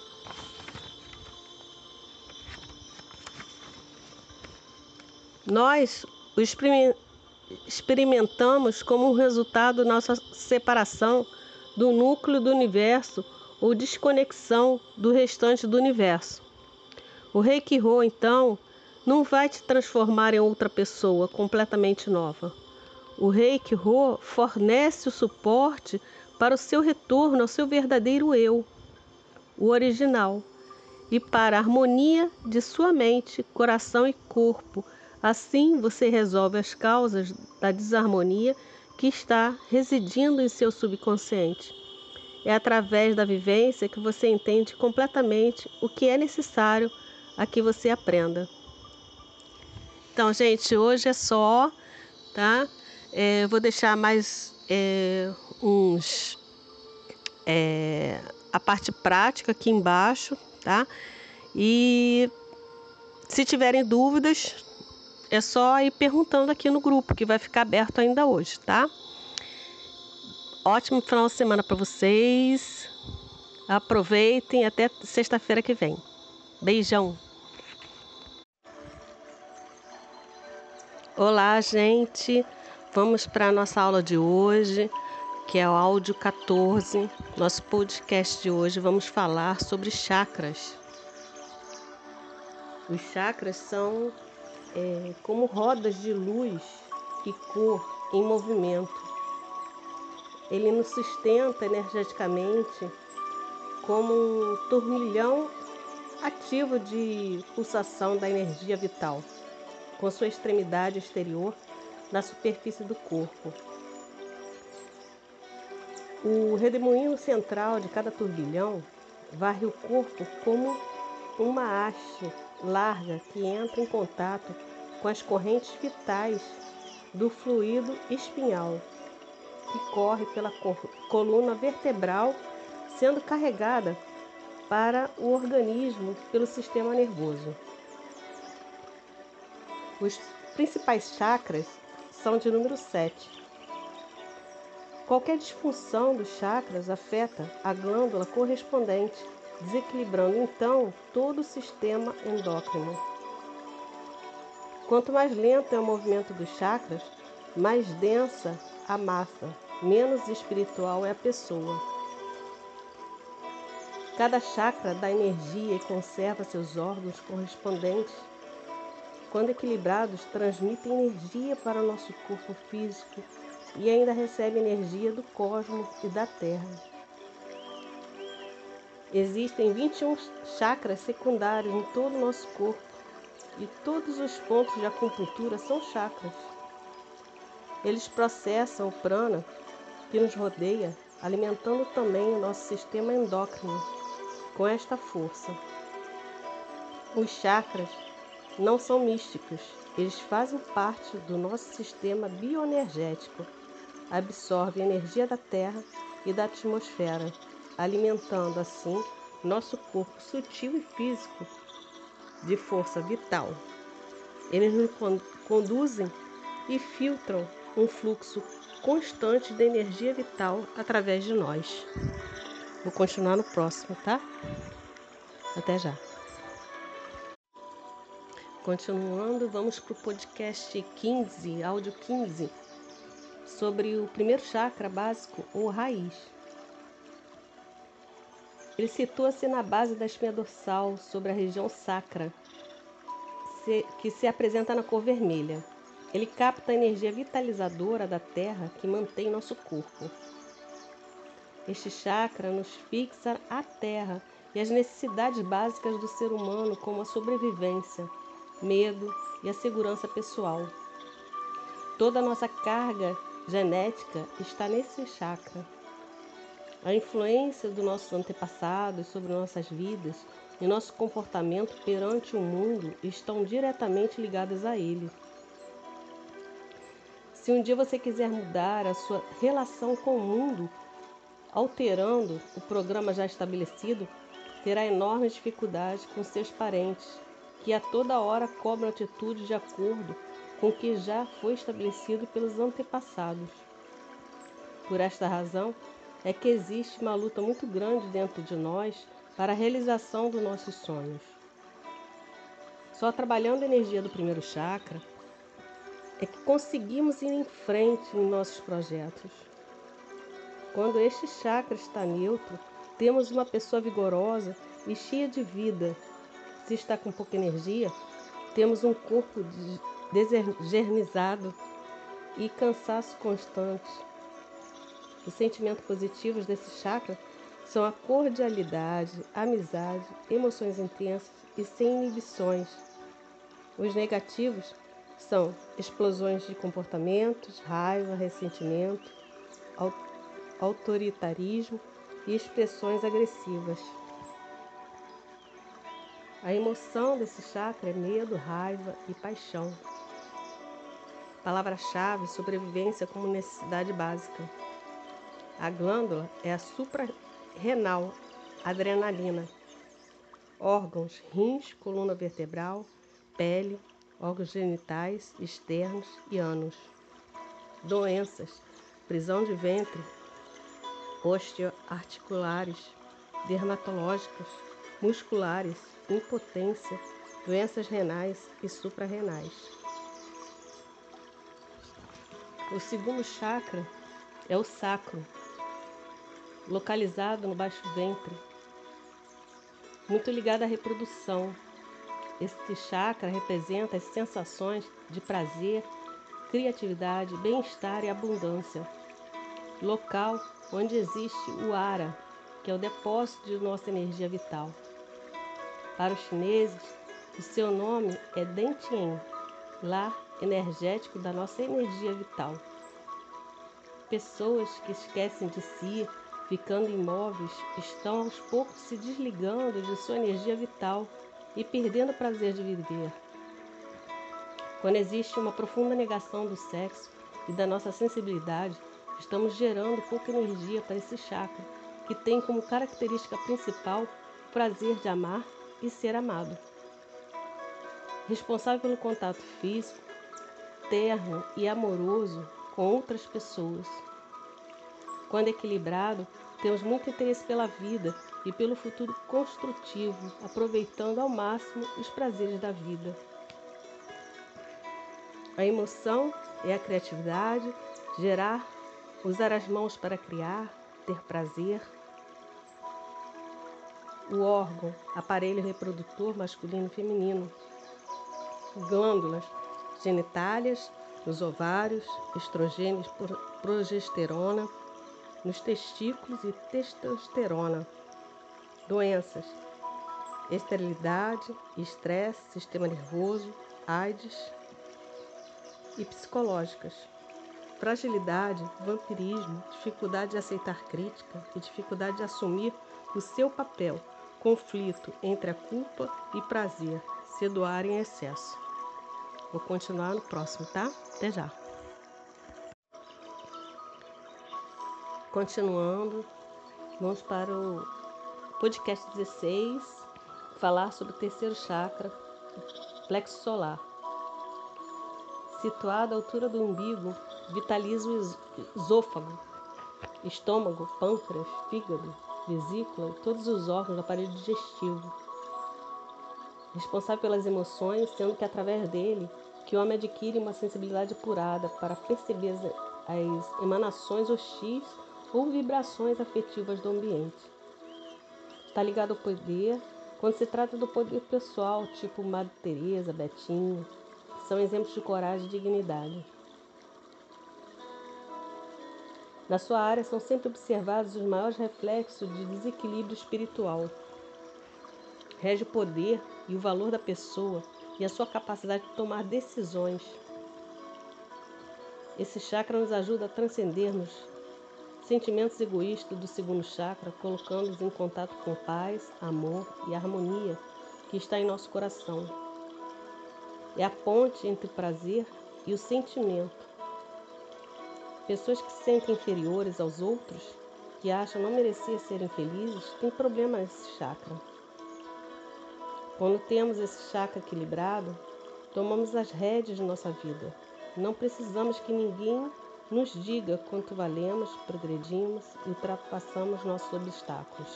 Nós o experimentamos como um resultado da nossa separação do núcleo do universo ou desconexão do restante do universo. O Reiki Rô, então, não vai te transformar em outra pessoa completamente nova. O Reiki Rô fornece o suporte para o seu retorno ao seu verdadeiro eu, o original, e para a harmonia de sua mente, coração e corpo. Assim, você resolve as causas da desarmonia que está residindo em seu subconsciente. É através da vivência que você entende completamente o que é necessário a que você aprenda. Então, gente, hoje é só, tá? É, vou deixar mais é, uns... É, a parte prática aqui embaixo, tá? E se tiverem dúvidas, é só ir perguntando aqui no grupo, que vai ficar aberto ainda hoje, tá? Ótimo final de semana para vocês. Aproveitem até sexta-feira que vem. Beijão. Olá, gente. Vamos para a nossa aula de hoje, que é o áudio quatorze. Nosso podcast de hoje, vamos falar sobre chakras. Os chakras são é, como rodas de luz e cor em movimento. Ele nos sustenta energeticamente como um turbilhão ativo de pulsação da energia vital, com sua extremidade exterior na superfície do corpo. O redemoinho central de cada turbilhão varre o corpo como uma haste larga que entra em contato com as correntes vitais do fluido espinhal, que corre pela coluna vertebral, sendo carregada para o organismo pelo sistema nervoso. Os principais chakras são de número sete. Qualquer disfunção dos chakras afeta a glândula correspondente, desequilibrando então todo o sistema endócrino. Quanto mais lento é o movimento dos chakras, mais densa a massa, menos espiritual é a pessoa. Cada chakra dá energia e conserva seus órgãos correspondentes. Quando equilibrados, transmitem energia para o nosso corpo físico e ainda recebe energia do cosmos e da Terra. Existem vinte e um chakras secundários em todo o nosso corpo e todos os pontos de acupuntura são chakras. Eles processam o prana que nos rodeia, alimentando também o nosso sistema endócrino com esta força. Os chakras não são místicos, eles fazem parte do nosso sistema bioenergético, absorvem energia da Terra e da atmosfera, alimentando assim nosso corpo sutil e físico de força vital. Eles nos conduzem e filtram um fluxo constante de energia vital através de nós. Vou continuar no próximo, tá? Até já. Continuando, vamos para o podcast quinze, áudio quinze, sobre o primeiro chakra básico, ou raiz. Ele situa-se na base da espinha dorsal, sobre a região sacra, que se apresenta na cor vermelha. Ele capta a energia vitalizadora da terra que mantém nosso corpo. Este chakra nos fixa à terra e as necessidades básicas do ser humano, como a sobrevivência, medo e a segurança pessoal. Toda a nossa carga genética está nesse chakra. A influência dos nossos antepassados sobre nossas vidas e nosso comportamento perante o mundo estão diretamente ligadas a ele. Se um dia você quiser mudar a sua relação com o mundo, alterando o programa já estabelecido, terá enormes dificuldades com seus parentes, que a toda hora cobram atitude de acordo com o que já foi estabelecido pelos antepassados. Por esta razão, é que existe uma luta muito grande dentro de nós para a realização dos nossos sonhos. Só trabalhando a energia do primeiro chakra é que conseguimos ir em frente em nossos projetos. Quando este chakra está neutro, temos uma pessoa vigorosa e cheia de vida. Se está com pouca energia, temos um corpo desernizado e cansaço constante. Os sentimentos positivos desse chakra são a cordialidade, amizade, emoções intensas e sem inibições. Os negativos são explosões de comportamentos, raiva, ressentimento, autoritarismo e expressões agressivas. A emoção desse chakra é medo, raiva e paixão. Palavra-chave: sobrevivência como necessidade básica. A glândula é a suprarrenal, adrenalina. Órgãos: rins, coluna vertebral, pele, órgãos genitais, externos e ânus. Doenças: prisão de ventre, osteoarticulares, dermatológicas, musculares, impotência, doenças renais e suprarrenais. O segundo chakra é o sacro, localizado no baixo ventre, muito ligado à reprodução. Este chakra representa as sensações de prazer, criatividade, bem-estar e abundância. Local onde existe o Ara, que é o depósito de nossa energia vital. Para os chineses, o seu nome é Dentian, lar energético da nossa energia vital. Pessoas que esquecem de si, ficando imóveis, estão aos poucos se desligando de sua energia vital e perdendo o prazer de viver. Quando existe uma profunda negação do sexo e da nossa sensibilidade, estamos gerando pouca energia para esse chakra, que tem como característica principal o prazer de amar e ser amado. Responsável pelo contato físico, terno e amoroso com outras pessoas. Quando equilibrado, temos muito interesse pela vida e pelo futuro construtivo, aproveitando ao máximo os prazeres da vida. A emoção é a criatividade, gerar, usar as mãos para criar, ter prazer. O órgão, aparelho reprodutor masculino e feminino. Glândulas, genitálias, nos ovários, estrogênio e progesterona, nos testículos e testosterona. Doenças, esterilidade, estresse, sistema nervoso, AIDS e psicológicas. Fragilidade, vampirismo, dificuldade de aceitar crítica e dificuldade de assumir o seu papel, conflito entre a culpa e prazer, se doar em excesso. Vou continuar no próximo, tá? Até já. Continuando, vamos para o podcast dezesseis, falar sobre o terceiro chakra, o plexo solar. Situado à altura do umbigo, vitaliza o esôfago, estômago, pâncreas, fígado, vesícula e todos os órgãos do aparelho digestivo. Responsável pelas emoções, sendo que através dele que o homem adquire uma sensibilidade apurada para perceber as, as emanações hostis ou vibrações afetivas do ambiente. Está ligado ao poder quando se trata do poder pessoal, tipo Madre Teresa, Betinho, que são exemplos de coragem e dignidade. Na sua área são sempre observados os maiores reflexos de desequilíbrio espiritual. Rege o poder e o valor da pessoa e a sua capacidade de tomar decisões. Esse chakra nos ajuda a transcendermos sentimentos egoístas do segundo chakra, colocando-os em contato com paz, amor e harmonia que está em nosso coração. É a ponte entre o prazer e o sentimento. Pessoas que se sentem inferiores aos outros, que acham não merecer serem felizes, têm problema nesse chakra. Quando temos esse chakra equilibrado, tomamos as rédeas de nossa vida. Não precisamos que ninguém nos diga quanto valemos, progredimos e ultrapassamos nossos obstáculos.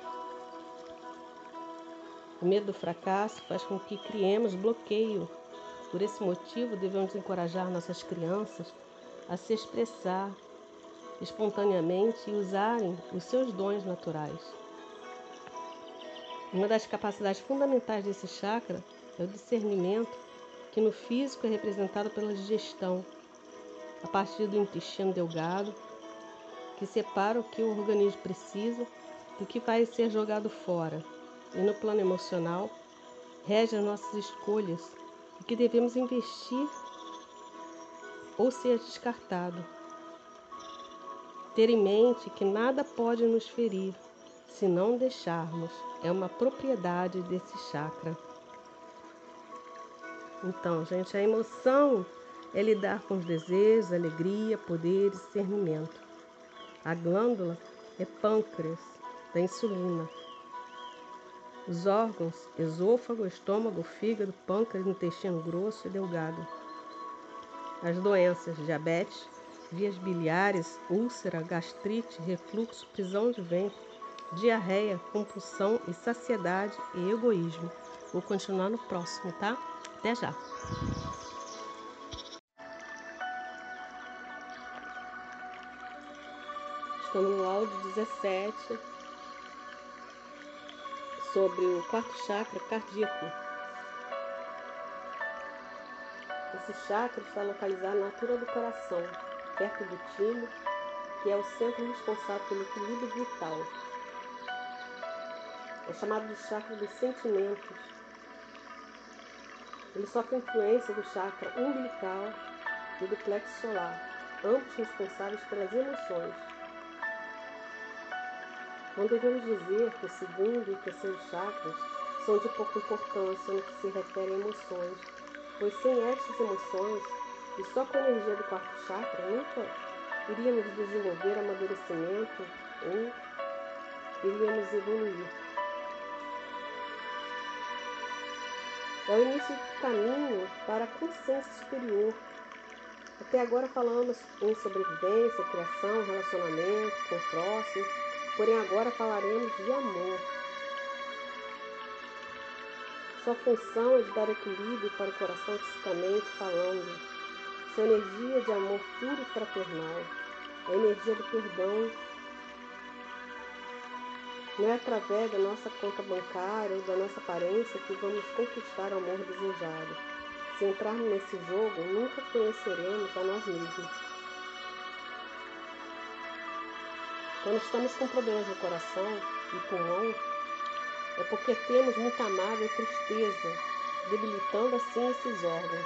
O medo do fracasso faz com que criemos bloqueio. Por esse motivo, devemos encorajar nossas crianças a se expressar espontaneamente e usarem os seus dons naturais. Uma das capacidades fundamentais desse chakra é o discernimento, que no físico é representado pela digestão, a partir do intestino delgado, que separa o que o organismo precisa do que vai ser jogado fora, e no plano emocional, rege as nossas escolhas, o que devemos investir ou ser descartado. Ter em mente que nada pode nos ferir, se não deixarmos, é uma propriedade desse chakra. Então, gente, a emoção é lidar com os desejos, alegria, poder e discernimento. A glândula é pâncreas, da insulina. Os órgãos, esôfago, estômago, fígado, pâncreas, intestino grosso e delgado. As doenças, diabetes, vias biliares, úlcera, gastrite, refluxo, prisão de ventre, diarreia, compulsão e saciedade e egoísmo. Vou continuar no próximo, tá? Até já! Estamos no áudio dezessete sobre o quarto chakra cardíaco. Esse chakra está localizado na altura do coração, perto do timo, que é o centro responsável pelo equilíbrio vital. É chamado de chakra dos sentimentos. Ele sofre influência do chakra umbilical e do plexo solar, ambos responsáveis pelas emoções. Não devemos dizer que o segundo e o terceiro chakras são de pouca importância no que se refere a emoções, pois sem estas emoções e só com a energia do quarto chakra nunca iríamos desenvolver amadurecimento ou iríamos evoluir. É o início do caminho para a consciência superior. Até agora falamos em sobrevivência, criação, relacionamento com o próximo, porém agora falaremos de amor. Sua função é de dar equilíbrio para o coração fisicamente falando. Sua energia de amor puro e fraternal, a energia do perdão. Não é através da nossa conta bancária ou da nossa aparência que vamos conquistar o amor desejado. Se entrarmos nesse jogo, nunca conheceremos a nós mesmos. Quando estamos com problemas no coração e pulmão, é porque temos muita mágoa e tristeza, debilitando assim esses órgãos.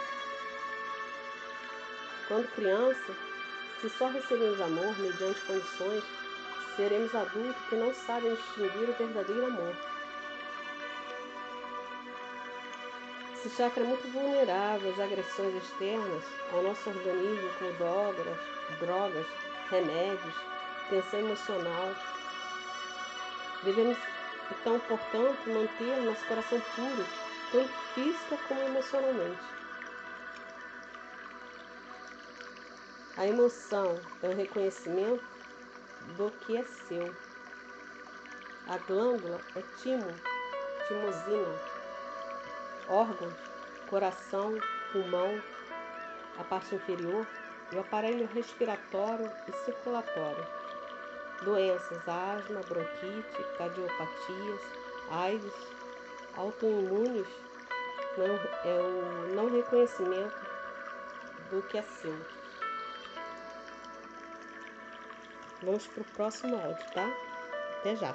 Quando criança, se só recebemos amor mediante condições, seremos adultos que não sabem distinguir o verdadeiro amor. Esse chakra é muito vulnerável às agressões externas ao nosso organismo, como drogas, drogas, remédios, tensão emocional. Devemos, então, portanto, manter nosso coração puro, tanto física como emocionalmente. A emoção é o reconhecimento do que é seu. A glândula é timo, timosina. Órgãos, coração, pulmão, a parte inferior e o aparelho respiratório e circulatório. Doenças, asma, bronquite, cardiopatias, AIDS, autoimunes, não, é o não reconhecimento do que é seu. Vamos para o próximo áudio, tá? Até já!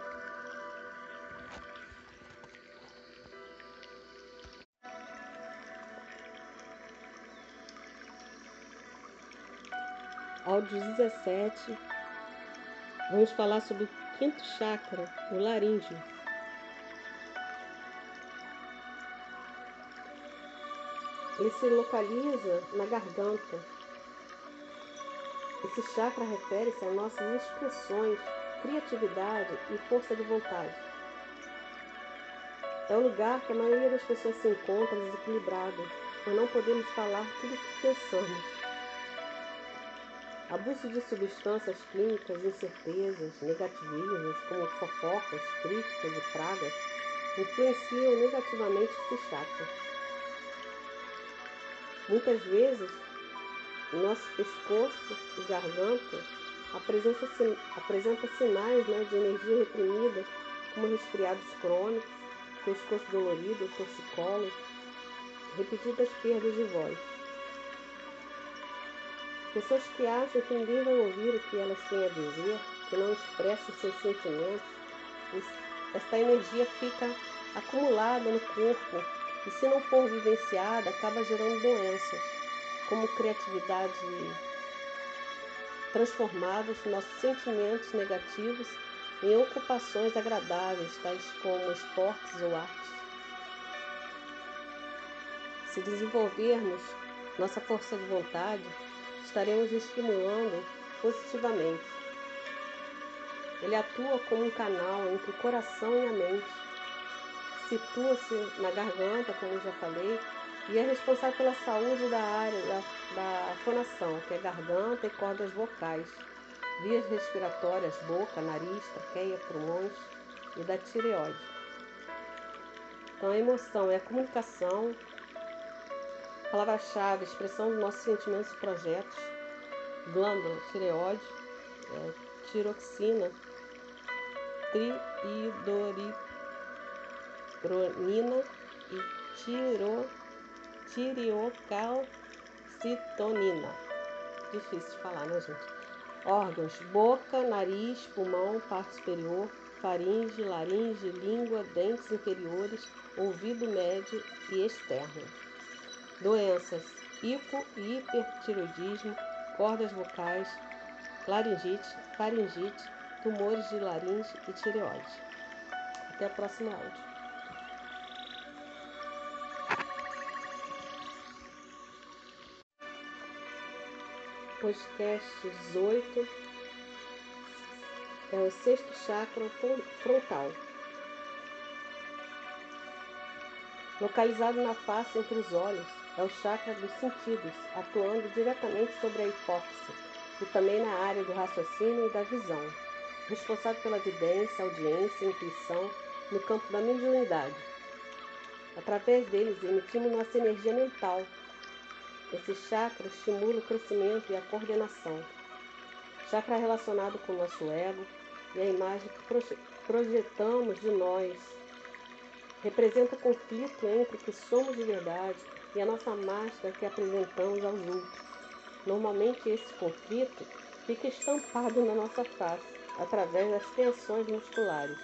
Áudio dezessete. Vamos falar sobre o quinto chakra, o laríngeo. Ele se localiza na garganta. Esse chakra refere-se às nossas expressões, criatividade e força de vontade. É o lugar que a maioria das pessoas se encontra desequilibrada, pois não podemos falar tudo o que pensamos. Abuso de substâncias químicas, incertezas, negativismos, como fofocas, críticas e pragas, influenciam negativamente esse chakra. Muitas vezes, em nosso pescoço e garganta apresenta, apresenta sinais né, de energia reprimida, como resfriados crônicos, pescoço dolorido, torcicolo, repetidas perdas de voz. Pessoas que acham que ninguém vai ouvir o que elas têm a dizer, que não expressam seus sentimentos, esta energia fica acumulada no corpo e, se não for vivenciada, acaba gerando doenças, como criatividade transformadas nossos sentimentos negativos em ocupações agradáveis, tais como esportes ou artes. Se desenvolvermos nossa força de vontade, estaremos estimulando positivamente. Ele atua como um canal entre o coração e a mente. Situa-se na garganta, como já falei, e é responsável pela saúde da área da, da fonação, que é garganta e cordas vocais, vias respiratórias, boca, nariz, traqueia, pulmões e da tireoide. Então, a emoção é a comunicação, palavra-chave, expressão dos nossos sentimentos e projetos, glândula, tireoide, é, tiroxina, triidoripronina e tiro, tireocalcitonina. Difícil de falar, né, gente? Órgãos, boca, nariz, pulmão, parte superior, faringe, laringe, língua, dentes inferiores, ouvido médio e externo. Doenças, hipo e hipertireoidismo, cordas vocais, laringite, faringite, tumores de laringe e tireoide. Até o próximo áudio. Podcast dezoito é o sexto chakra frontal, localizado na face entre os olhos. É o chakra dos sentidos, atuando diretamente sobre a hipófise e também na área do raciocínio e da visão, responsável pela vidência, audiência e intuição no campo da mediunidade. Através deles, emitimos nossa energia mental. Esse chakra estimula o crescimento e a coordenação. Chakra relacionado com o nosso ego e a imagem que projetamos de nós. Representa o conflito entre o que somos de verdade e a nossa máscara que apresentamos aos outros. Normalmente esse conflito fica estampado na nossa face, através das tensões musculares.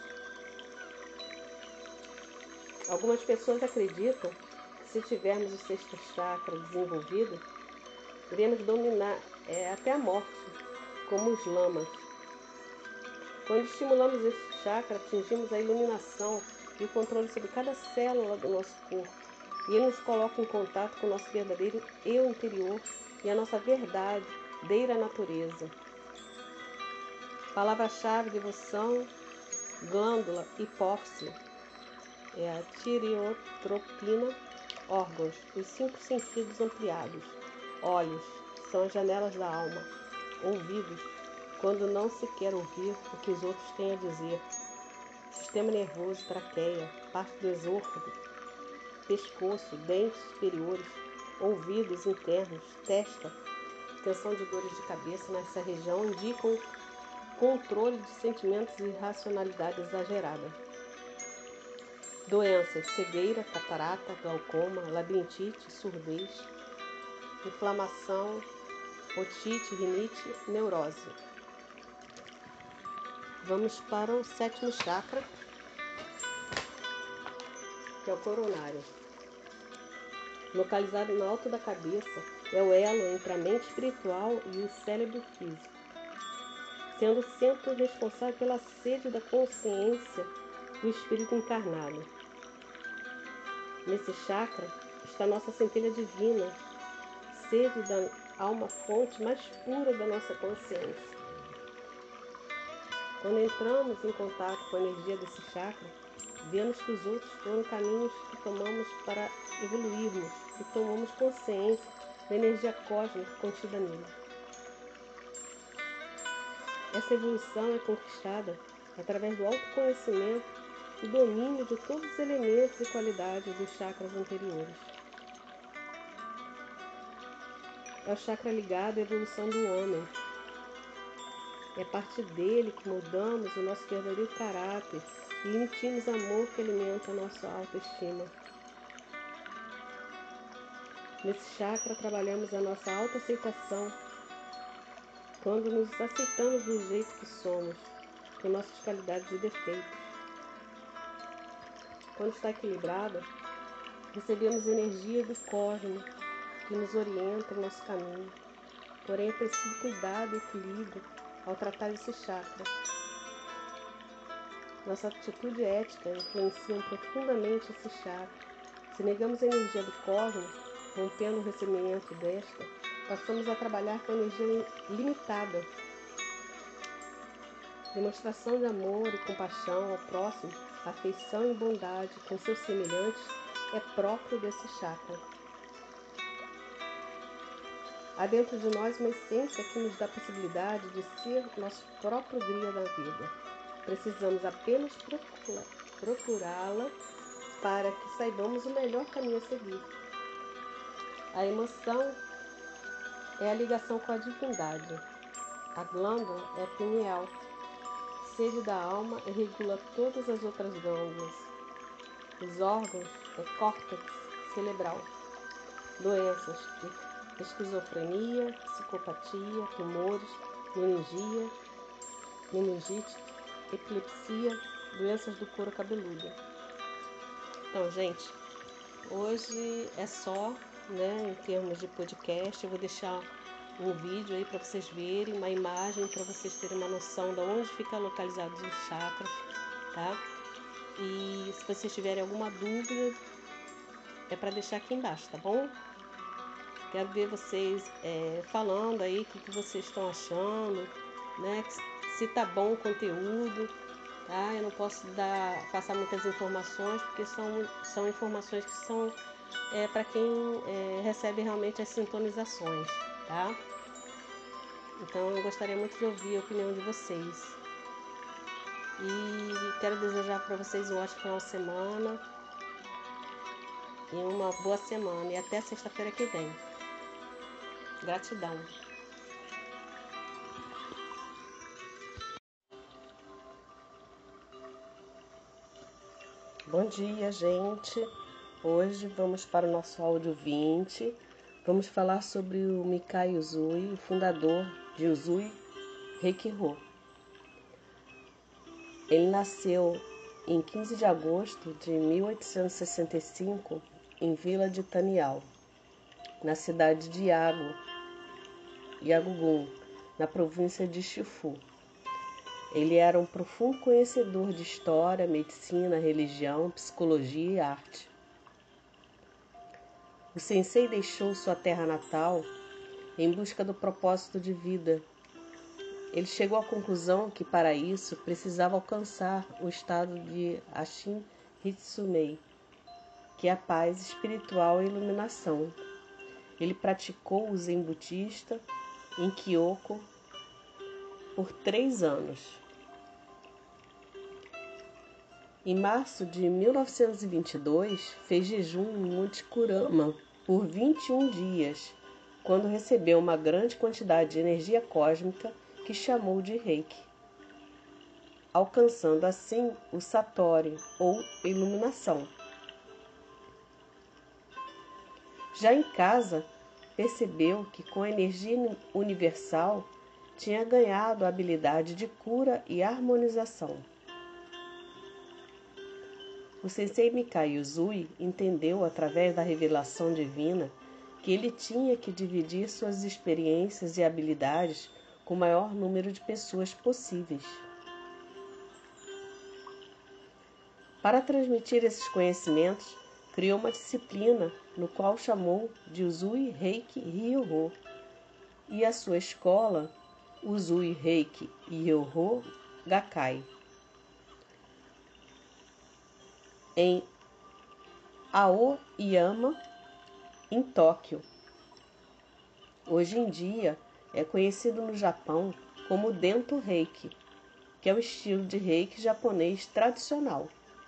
Algumas pessoas acreditam que, se tivermos o sexto chakra desenvolvido, iremos dominar é, até a morte, como os lamas. Quando estimulamos esse chakra, atingimos a iluminação e o controle sobre cada célula do nosso corpo. e ele nos coloca em contato com o nosso verdadeiro eu interior e a nossa verdadeira natureza. Palavra-chave: devoção, glândula, hipófise, é a tireotropina, órgãos, os cinco sentidos ampliados, olhos, são as janelas da alma, ouvidos, quando não se quer ouvir o que os outros têm a dizer, sistema nervoso, traqueia, parte do esôfago, pescoço, dentes superiores, ouvidos internos, testa, tensão de dores de cabeça nessa região indicam controle de sentimentos e racionalidade exagerada. Doenças: cegueira, catarata, glaucoma, labirintite, surdez, inflamação, otite, rinite, neurose. Vamos para o sétimo chakra, que é o coronário. Localizado no alto da cabeça, é o elo entre a mente espiritual e o cérebro físico, sendo o centro responsável pela sede da consciência do espírito encarnado. Nesse chakra está nossa centelha divina, sede da alma fonte mais pura da nossa consciência. Quando entramos em contato com a energia desse chakra, vemos que os outros foram caminhos que tomamos para evoluirmos e tomamos consciência da energia cósmica contida nele. Essa evolução é conquistada através do autoconhecimento e domínio de todos os elementos e qualidades dos chakras anteriores. É o chakra ligado à evolução do homem. É a partir dele que mudamos o nosso verdadeiro caráter e emitimos amor que alimenta a nossa autoestima. Nesse chakra trabalhamos a nossa autoaceitação, quando nos aceitamos do jeito que somos, com nossas qualidades e defeitos. Quando está equilibrada, recebemos energia do cosmos que nos orienta no nosso caminho. Porém, é preciso cuidado e equilíbrio ao tratar esse chakra. Nossa atitude ética influencia profundamente esse chakra. Se negamos a energia do cosmos, rompendo o recebimento desta, passamos a trabalhar com energia limitada. Demonstração de amor e compaixão ao próximo, afeição e bondade com seus semelhantes é próprio desse chakra. Há dentro de nós uma essência que nos dá a possibilidade de ser nosso próprio guia da vida. Precisamos apenas procurá-la para que saibamos o melhor caminho a seguir. A emoção é a ligação com a divindade. A glândula é a pineal, sede da alma e regula todas as outras glândulas. Os órgãos é córtex cerebral. Doenças: esquizofrenia, psicopatia, tumores, meningia, meningite, epilepsia, doenças do couro cabeludo. Então, gente, hoje é só, né, em termos de podcast. Eu vou deixar um vídeo aí para vocês verem, uma imagem para vocês terem uma noção de onde fica localizados os chakras, tá? E se vocês tiverem alguma dúvida, é para deixar aqui embaixo, tá bom? Quero ver vocês é, falando aí o que, que vocês estão achando, né? Se tá bom o conteúdo, tá? Eu não posso dar, passar muitas informações, porque são, são informações que são é, para quem é, recebe realmente as sintonizações, tá? Então eu gostaria muito de ouvir a opinião de vocês. E quero desejar para vocês um ótimo final de semana e uma boa semana. E até sexta-feira que vem. Gratidão. Bom dia, gente. Hoje vamos para o nosso áudio vinte. Vamos falar sobre o Mikai Usui, o fundador de Usui Reiki-Ho. Ele nasceu em quinze de agosto de mil oitocentos e sessenta e cinco em Vila de Tanial, na cidade de Yago, Yagugun, na província de Shifu. Ele era um profundo conhecedor de história, medicina, religião, psicologia e arte. O sensei deixou sua terra natal em busca do propósito de vida. Ele chegou à conclusão que, para isso, precisava alcançar o estado de Ashin Hitsumei, que é a paz espiritual e iluminação. Ele praticou o Zen budista em Kyoko por três anos. Em março de mil novecentos e vinte e dois, fez jejum no Monte Kurama por vinte e um dias, quando recebeu uma grande quantidade de energia cósmica que chamou de Reiki, alcançando assim o Satori, ou iluminação. Já em casa, percebeu que com a energia universal tinha ganhado a habilidade de cura e harmonização. O sensei Mikai Usui entendeu, através da revelação divina, que ele tinha que dividir suas experiências e habilidades com o maior número de pessoas possíveis. Para transmitir esses conhecimentos, criou uma disciplina no qual chamou de Usui Reiki Ryoho e a sua escola Usui Reiki Ryoho Gakkai, em Aoyama, em Tóquio. Hoje em dia é conhecido no Japão como Dento Reiki, que é o estilo de Reiki japonês tradicional.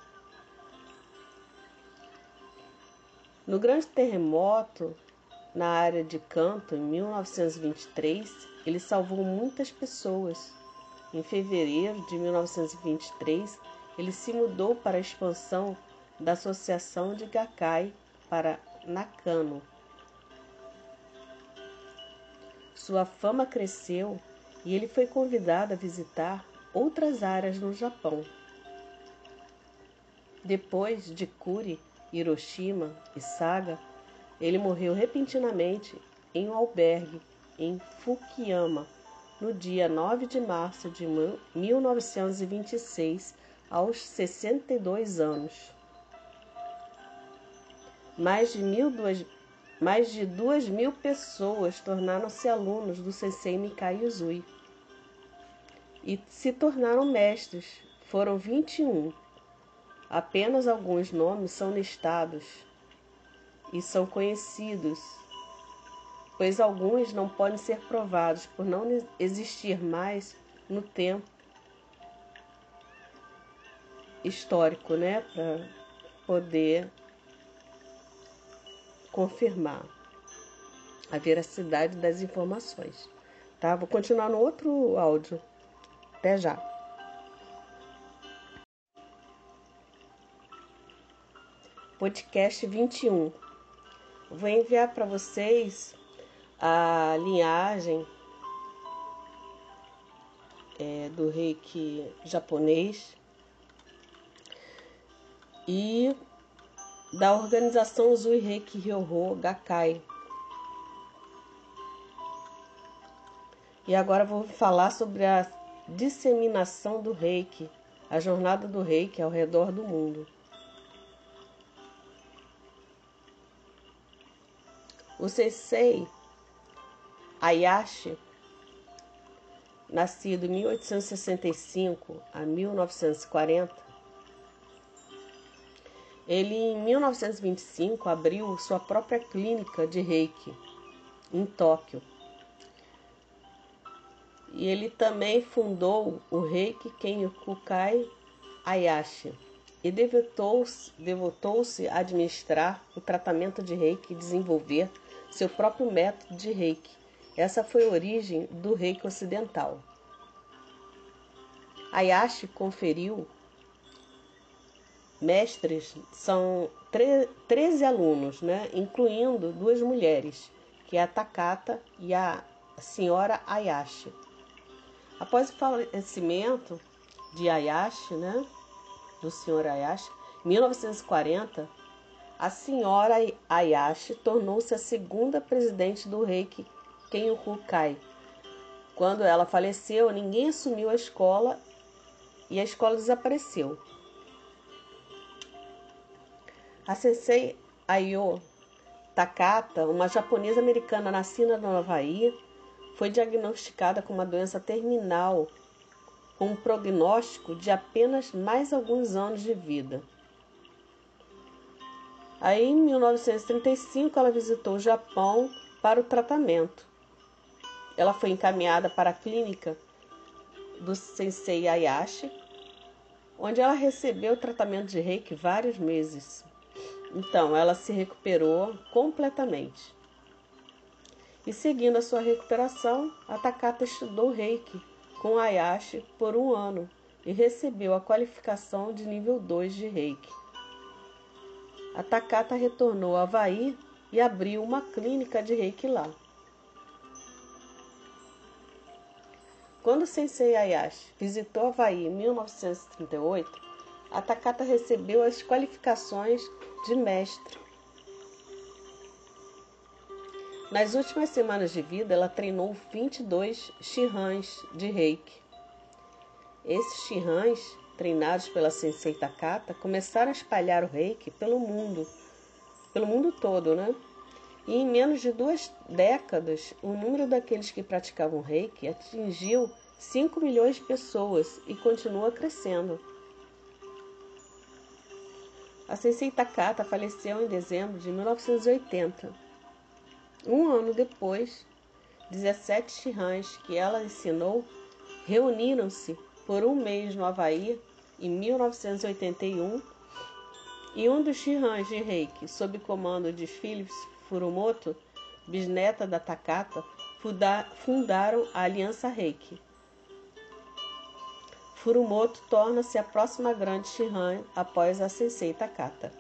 No grande terremoto na área de Kanto, em mil novecentos e vinte e três, ele salvou muitas pessoas. Em fevereiro de mil novecentos e vinte e três, ele se mudou para a expansão da Associação de Gakkai para Nakano. Sua fama cresceu e ele foi convidado a visitar outras áreas no Japão. Depois de Kuri, Hiroshima e Saga, ele morreu repentinamente em um albergue em Fukuyama, no dia nove de março de mil novecentos e vinte e seis, aos sessenta e dois anos. Mais de, mil, duas, mais de duas mil pessoas tornaram-se alunos do sensei Mikai Usui e se tornaram mestres. Foram vinte e um. Apenas alguns nomes são listados e são conhecidos, pois alguns não podem ser provados por não existir mais no tempo histórico, né, para poder confirmar a veracidade das informações. Tá? Vou continuar no outro áudio. Até já. Podcast vinte e um. Vou enviar para vocês a linhagem é, do Reiki japonês e da organização Usui Reiki Ryoho Gakkai. E agora vou falar sobre a disseminação do Reiki, a jornada do Reiki ao redor do mundo. O sensei Ayashi, nascido em mil oitocentos e sessenta e cinco a mil novecentos e quarenta, ele em mil novecentos e vinte e cinco abriu sua própria clínica de Reiki em Tóquio. E ele também fundou o Reiki Kenkukai Ayashi e devotou-se devotou-se a administrar o tratamento de Reiki e desenvolver seu próprio método de Reiki. Essa foi a origem do Reiki ocidental. Ayashi conferiu mestres, são treze alunos, né, incluindo duas mulheres, que é a Takata e a senhora Ayashi. Após o falecimento de Ayashi, né, do senhor Ayashi, em mil novecentos e quarenta, a senhora Ayashi tornou-se a segunda presidente do Reiki Kenkukai. Quando ela faleceu, ninguém assumiu a escola e a escola desapareceu. A sensei Ayo Takata, uma japonesa americana nascida no Havaí, foi diagnosticada com uma doença terminal, com um prognóstico de apenas mais alguns anos de vida. Aí, em mil novecentos e trinta e cinco, ela visitou o Japão para o tratamento. Ela foi encaminhada para a clínica do Sensei Hayashi, onde ela recebeu tratamento de Reiki vários meses. Então, ela se recuperou completamente. E seguindo a sua recuperação, a Takata estudou Reiki com Hayashi por um ano e recebeu a qualificação de nível dois de Reiki. A Takata retornou ao Havaí e abriu uma clínica de Reiki lá. Quando o Sensei Hayashi visitou Havaí em mil novecentos e trinta e oito, a Takata recebeu as qualificações de mestre. Nas últimas semanas de vida, ela treinou vinte e dois Shihans de Reiki. Esses Shihans, treinados pela Sensei Takata, começaram a espalhar o Reiki pelo mundo, pelo mundo todo, né? E em menos de duas décadas, o número daqueles que praticavam Reiki atingiu cinco milhões de pessoas e continua crescendo. A Sensei Takata faleceu em dezembro de mil novecentos e oitenta. Um ano depois, dezessete Shihans que ela ensinou reuniram-se por um mês no Havaí em mil novecentos e oitenta e um e um dos Shihans de Reiki, sob comando de Phyllis Furumoto, bisneta da Takata, fundaram a Aliança Reiki. Furumoto torna-se a próxima grande Shihan após a Sensei Takata.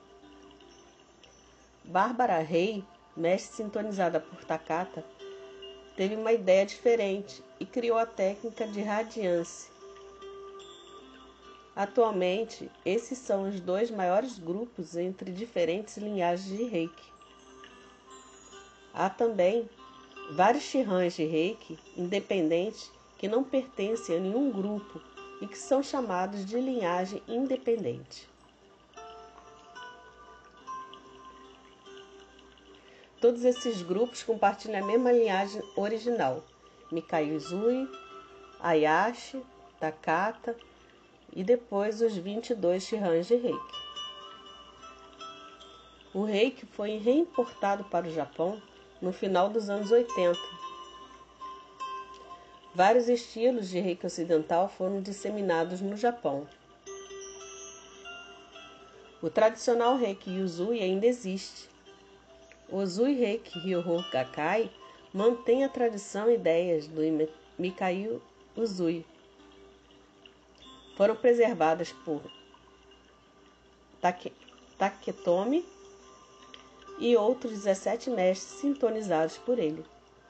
Bárbara Rei, mestre sintonizada por Takata, teve uma ideia diferente e criou a técnica de radiance. Atualmente, esses são os dois maiores grupos entre diferentes linhagens de Reiki. Há também vários Shihans de Reiki independentes que não pertencem a nenhum grupo e que são chamados de linhagem independente. Todos esses grupos compartilham a mesma linhagem original: Mikao Usui, Hayashi, Takata e depois os vinte e dois Shihans de Reiki. O Reiki foi reimportado para o Japão no final dos anos oitenta. Vários estilos de Reiki ocidental foram disseminados no Japão. O tradicional Reiki Usui ainda existe. O Usui Reiki Ryoho Gakkai mantém a tradição e ideias do Mikao Usui. Foram preservadas por Take, Taketomi e outros dezessete mestres sintonizados por ele.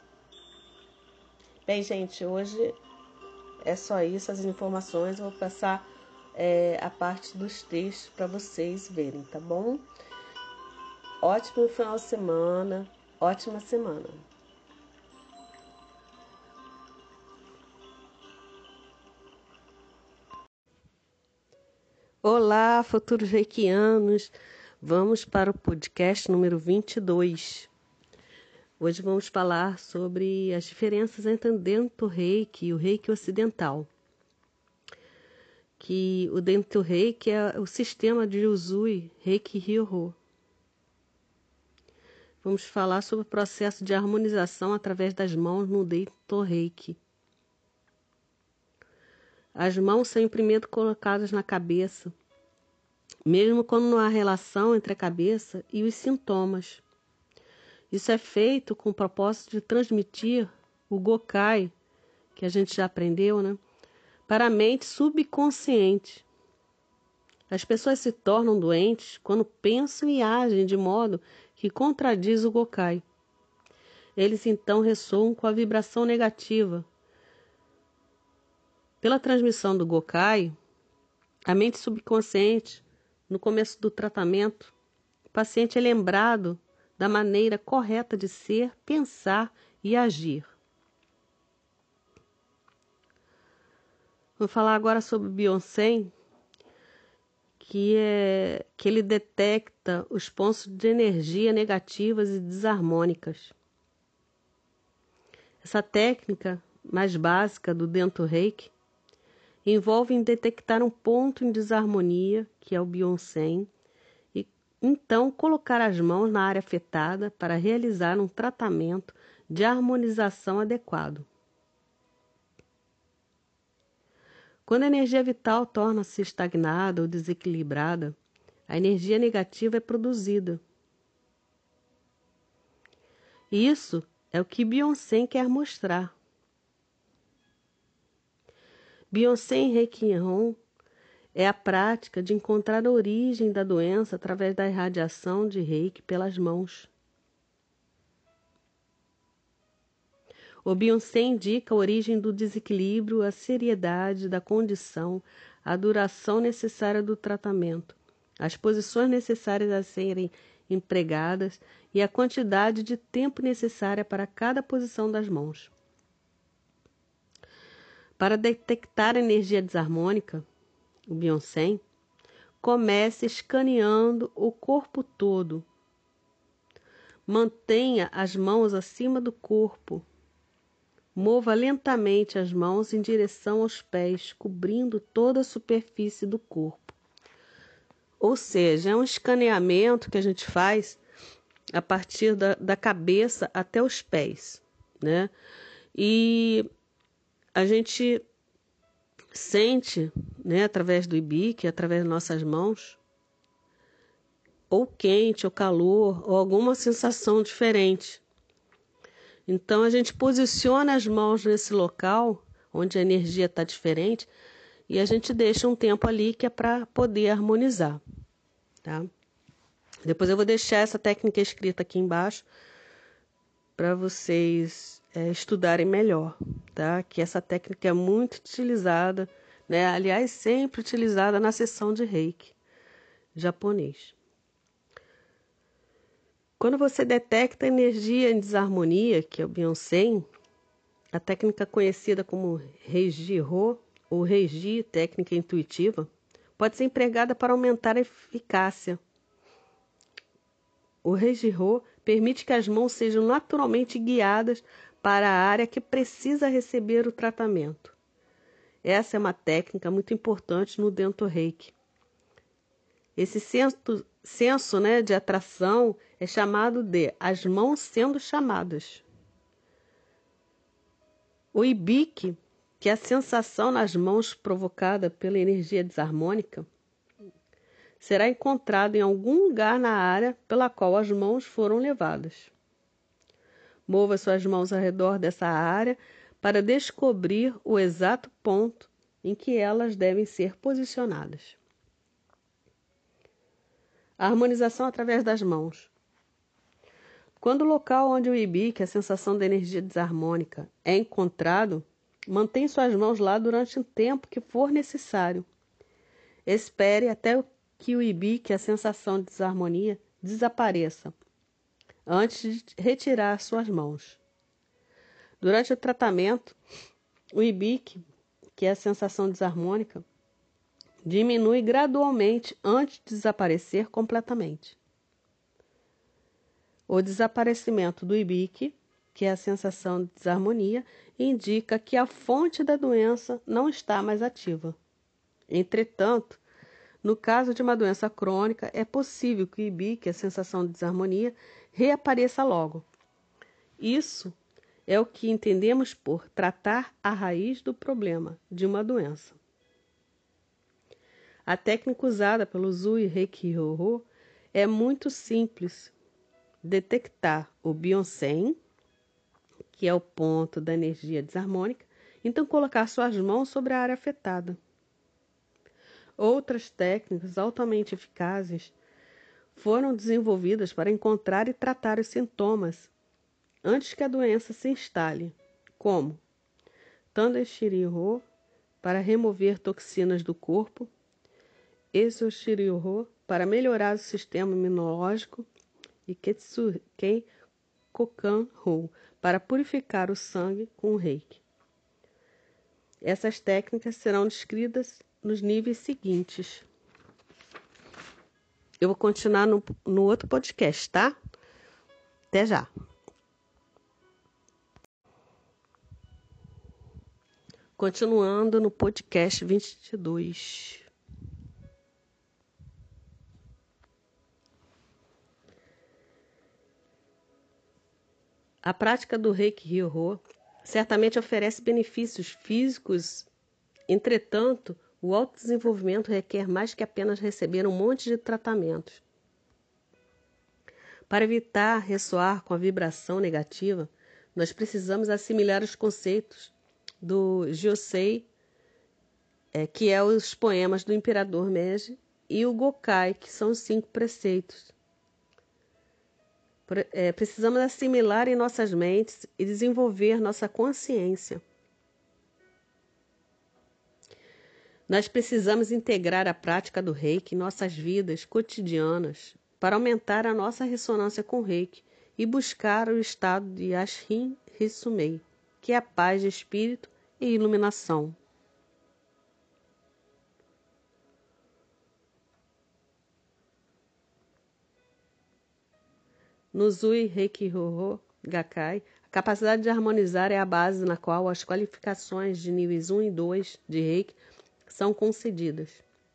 Bem, gente, hoje é só isso, as informações. Eu vou passar é, a parte dos textos para vocês verem, tá bom? Ótimo final de semana, ótima semana. Olá, futuros reikianos. Vamos para o podcast número vinte e dois. Hoje vamos falar sobre as diferenças entre o Dento Reiki e o Reiki ocidental. Que o Dento Reiki é o sistema de Usui Reiki Ryoho. Vamos falar sobre o processo de harmonização através das mãos no Dento Reiki. As mãos são primeiro colocadas na cabeça, mesmo quando não há relação entre a cabeça e os sintomas. Isso é feito com o propósito de transmitir o Gokai, que a gente já aprendeu, né, para a mente subconsciente. As pessoas se tornam doentes quando pensam e agem de modo que contradiz o Gokai. Eles então ressoam com a vibração negativa. Pela transmissão do Gokai, a mente subconsciente, no começo do tratamento, o paciente é lembrado da maneira correta de ser, pensar e agir. Vou falar agora sobre Beyoncé, que, é, que ele detecta os pontos de energia negativas e desarmônicas. Essa técnica mais básica do Dento Reiki envolve em detectar um ponto em desarmonia, que é o Bionsen, e então colocar as mãos na área afetada para realizar um tratamento de harmonização adequado. Quando a energia vital torna-se estagnada ou desequilibrada, a energia negativa é produzida. Isso é o que Bionsen quer mostrar. Bionsen Reiki Hon é a prática de encontrar a origem da doença através da irradiação de Reiki pelas mãos. O Bionsen indica a origem do desequilíbrio, a seriedade da condição, a duração necessária do tratamento, as posições necessárias a serem empregadas e a quantidade de tempo necessária para cada posição das mãos. Para detectar a energia desarmônica, o Bionsen comece escaneando o corpo todo. Mantenha as mãos acima do corpo. Mova lentamente as mãos em direção aos pés, cobrindo toda a superfície do corpo. Ou seja, é um escaneamento que a gente faz a partir da, da cabeça até os pés, né? E a gente sente, né, através do Ibique, através das nossas mãos, ou quente, ou calor, ou alguma sensação diferente. Então, a gente posiciona as mãos nesse local, onde a energia está diferente, e a gente deixa um tempo ali que é para poder harmonizar, tá? Depois eu vou deixar essa técnica escrita aqui embaixo para vocês é, estudarem melhor, tá? Que essa técnica é muito utilizada, né? Aliás, sempre utilizada na sessão de Reiki japonês. Quando você detecta energia em desarmonia, que é o Bionsen, a técnica conhecida como Reiji-Ho ou Reiji, técnica intuitiva, pode ser empregada para aumentar a eficácia. O Reiji-Ho permite que as mãos sejam naturalmente guiadas para a área que precisa receber o tratamento. Essa é uma técnica muito importante no Dento Reiki. Esse senso, senso né, de atração é chamado de as mãos sendo chamadas. O Ibique, que é a sensação nas mãos provocada pela energia desarmônica, será encontrado em algum lugar na área pela qual as mãos foram levadas. Mova suas mãos ao redor dessa área para descobrir o exato ponto em que elas devem ser posicionadas. A harmonização através das mãos. Quando o local onde o Ibique, a sensação da energia desarmônica, é encontrado, mantém suas mãos lá durante o tempo que for necessário. Espere até que o Ibique, a sensação de desarmonia, desapareça, antes de retirar suas mãos. Durante o tratamento, o Ibique, que é a sensação desarmônica, diminui gradualmente antes de desaparecer completamente. O desaparecimento do Ibique, que é a sensação de desarmonia, indica que a fonte da doença não está mais ativa. Entretanto, no caso de uma doença crônica, é possível que o Ibique, a sensação de desarmonia, reapareça logo. Isso é o que entendemos por tratar a raiz do problema de uma doença. A técnica usada pelo Zui Reiki Ho é muito simples. Detectar o Bionsen, que é o ponto da energia desarmônica, então colocar suas mãos sobre a área afetada. Outras técnicas altamente eficazes foram desenvolvidas para encontrar e tratar os sintomas antes que a doença se instale, como Tanda Shiryu para remover toxinas do corpo, Eso Shiryu para melhorar o sistema imunológico e Ketsuken Kokan-Ho para purificar o sangue com o Reiki. Essas técnicas serão descritas nos níveis seguintes. Eu vou continuar no, no outro podcast, tá? Até já. Continuando no podcast vinte e dois. A prática do Reiki Ryo certamente oferece benefícios físicos, entretanto, o autodesenvolvimento requer mais que apenas receber um monte de tratamentos. Para evitar ressoar com a vibração negativa, nós precisamos assimilar os conceitos do Josei, é, que é os poemas do Imperador Meiji, e o Gokai, que são os cinco preceitos. É, precisamos assimilar em nossas mentes e desenvolver nossa consciência. Nós precisamos integrar a prática do Reiki em nossas vidas cotidianas para aumentar a nossa ressonância com o Reiki e buscar o estado de Ashin Ritsumei, que é a paz de espírito e iluminação. No Zui Reiki Ryo Gakkai, a capacidade de harmonizar é a base na qual as qualificações de níveis um e dois de Reiki são concedidas.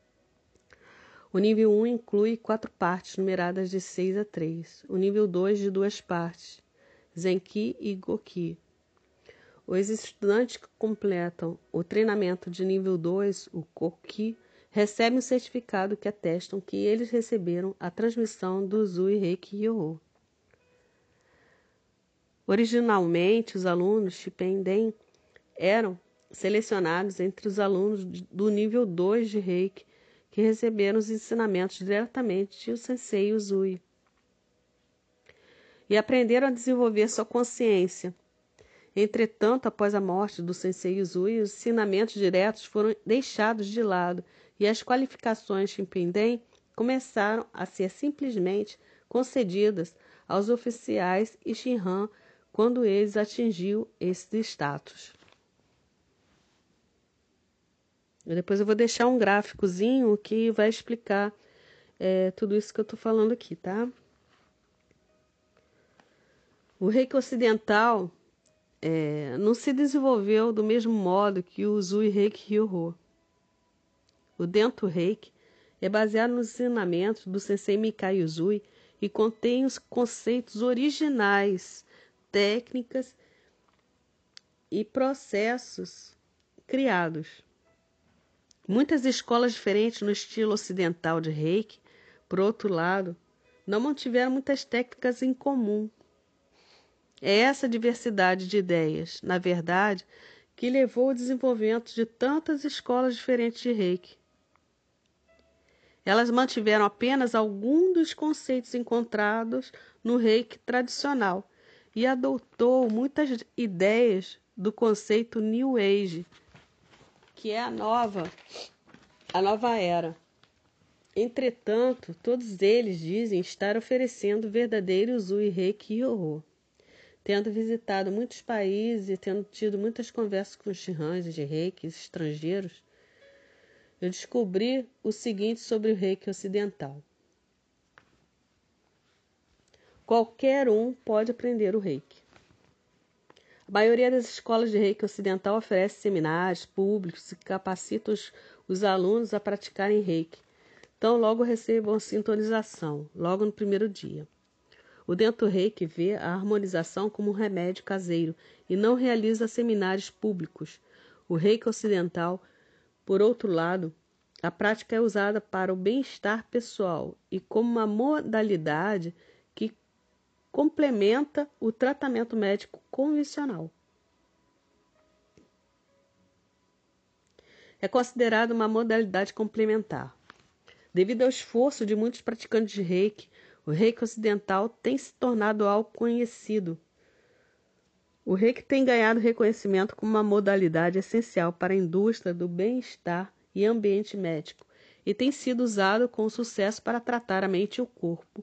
O nível um inclui quatro partes numeradas de seis a três. O nível dois de duas partes, Zenki e Goki. Os estudantes que completam o treinamento de nível dois, o Koki, recebem um certificado que atestam que eles receberam a transmissão do Zui Reiki Ryo. Originalmente, os alunos Shippenden eram selecionados entre os alunos do nível dois de Reiki que receberam os ensinamentos diretamente do Sensei Usui e aprenderam a desenvolver sua consciência. Entretanto, após a morte do Sensei Usui, os ensinamentos diretos foram deixados de lado e as qualificações Shippenden começaram a ser simplesmente concedidas aos oficiais e Shinran quando eles atingiam esse status. E depois eu vou deixar um gráficozinho que vai explicar é, tudo isso que eu estou falando aqui, tá? O Reiki ocidental é, não se desenvolveu do mesmo modo que o Zui Reiki Ryo. O Dento Reiki é baseado nos ensinamentos do Sensei Mikai Usui e contém os conceitos originais, técnicas e processos criados. Muitas escolas diferentes no estilo ocidental de Reiki, por outro lado, não mantiveram muitas técnicas em comum. É essa diversidade de ideias, na verdade, que levou ao desenvolvimento de tantas escolas diferentes de Reiki. Elas mantiveram apenas alguns dos conceitos encontrados no Reiki tradicional e adotou muitas ideias do conceito New Age, que é a nova, a nova era. Entretanto, todos eles dizem estar oferecendo verdadeiro Zui Reiki Ryo. Tendo visitado muitos países e tendo tido muitas conversas com Shinrans de Reiki estrangeiros, eu descobri o seguinte sobre o Reiki ocidental. Qualquer um pode aprender o Reiki. A maioria das escolas de Reiki ocidental oferece seminários públicos e capacita os, os alunos a praticarem Reiki. Então, logo recebam a sintonização, logo no primeiro dia. O Dento Reiki vê a harmonização como um remédio caseiro e não realiza seminários públicos. O Reiki ocidental, por outro lado, a prática é usada para o bem-estar pessoal e como uma modalidade que complementa o tratamento médico convencional. É considerado uma modalidade complementar. Devido ao esforço de muitos praticantes de Reiki, o Reiki ocidental tem se tornado algo conhecido. O Reiki tem ganhado reconhecimento como uma modalidade essencial para a indústria do bem-estar e ambiente médico e tem sido usado com sucesso para tratar a mente e o corpo.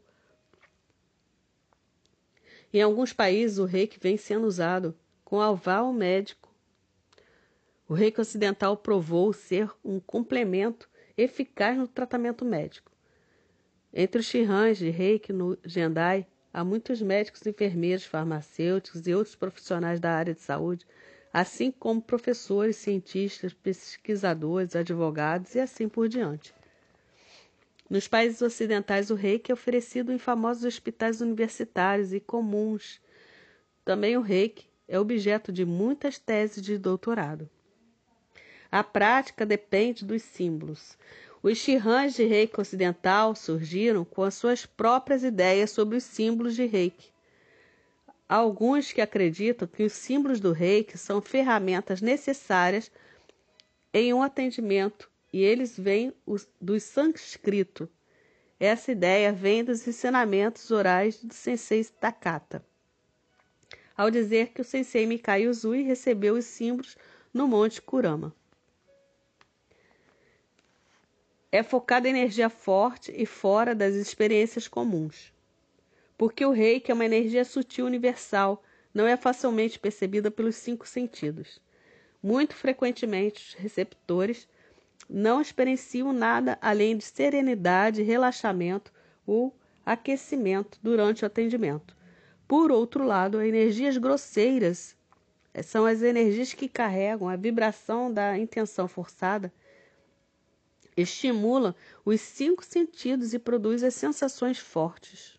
Em alguns países, o Reiki vem sendo usado com aval médico. O Reiki ocidental provou ser um complemento eficaz no tratamento médico. Entre os Shihans de Reiki no Gendai, há muitos médicos, enfermeiros, farmacêuticos e outros profissionais da área de saúde, assim como professores, cientistas, pesquisadores, advogados e assim por diante. Nos países ocidentais, o Reiki é oferecido em famosos hospitais universitários e comuns. Também o Reiki é objeto de muitas teses de doutorado. A prática depende dos símbolos. Os Shihans de Reiki ocidental surgiram com as suas próprias ideias sobre os símbolos de Reiki. Há alguns que acreditam que os símbolos do Reiki são ferramentas necessárias em um atendimento e eles vêm do sânscrito. Essa ideia vem dos ensinamentos orais do Sensei Takata, ao dizer que o Sensei Mikai Usui recebeu os símbolos no Monte Kurama. É focada em energia forte e fora das experiências comuns. Porque o Reiki é uma energia sutil universal, não é facilmente percebida pelos cinco sentidos. Muito frequentemente, os receptores não experienciam nada além de serenidade, relaxamento ou aquecimento durante o atendimento. Por outro lado, energias grosseiras são as energias que carregam a vibração da intenção forçada, estimulam os cinco sentidos e produzem as sensações fortes.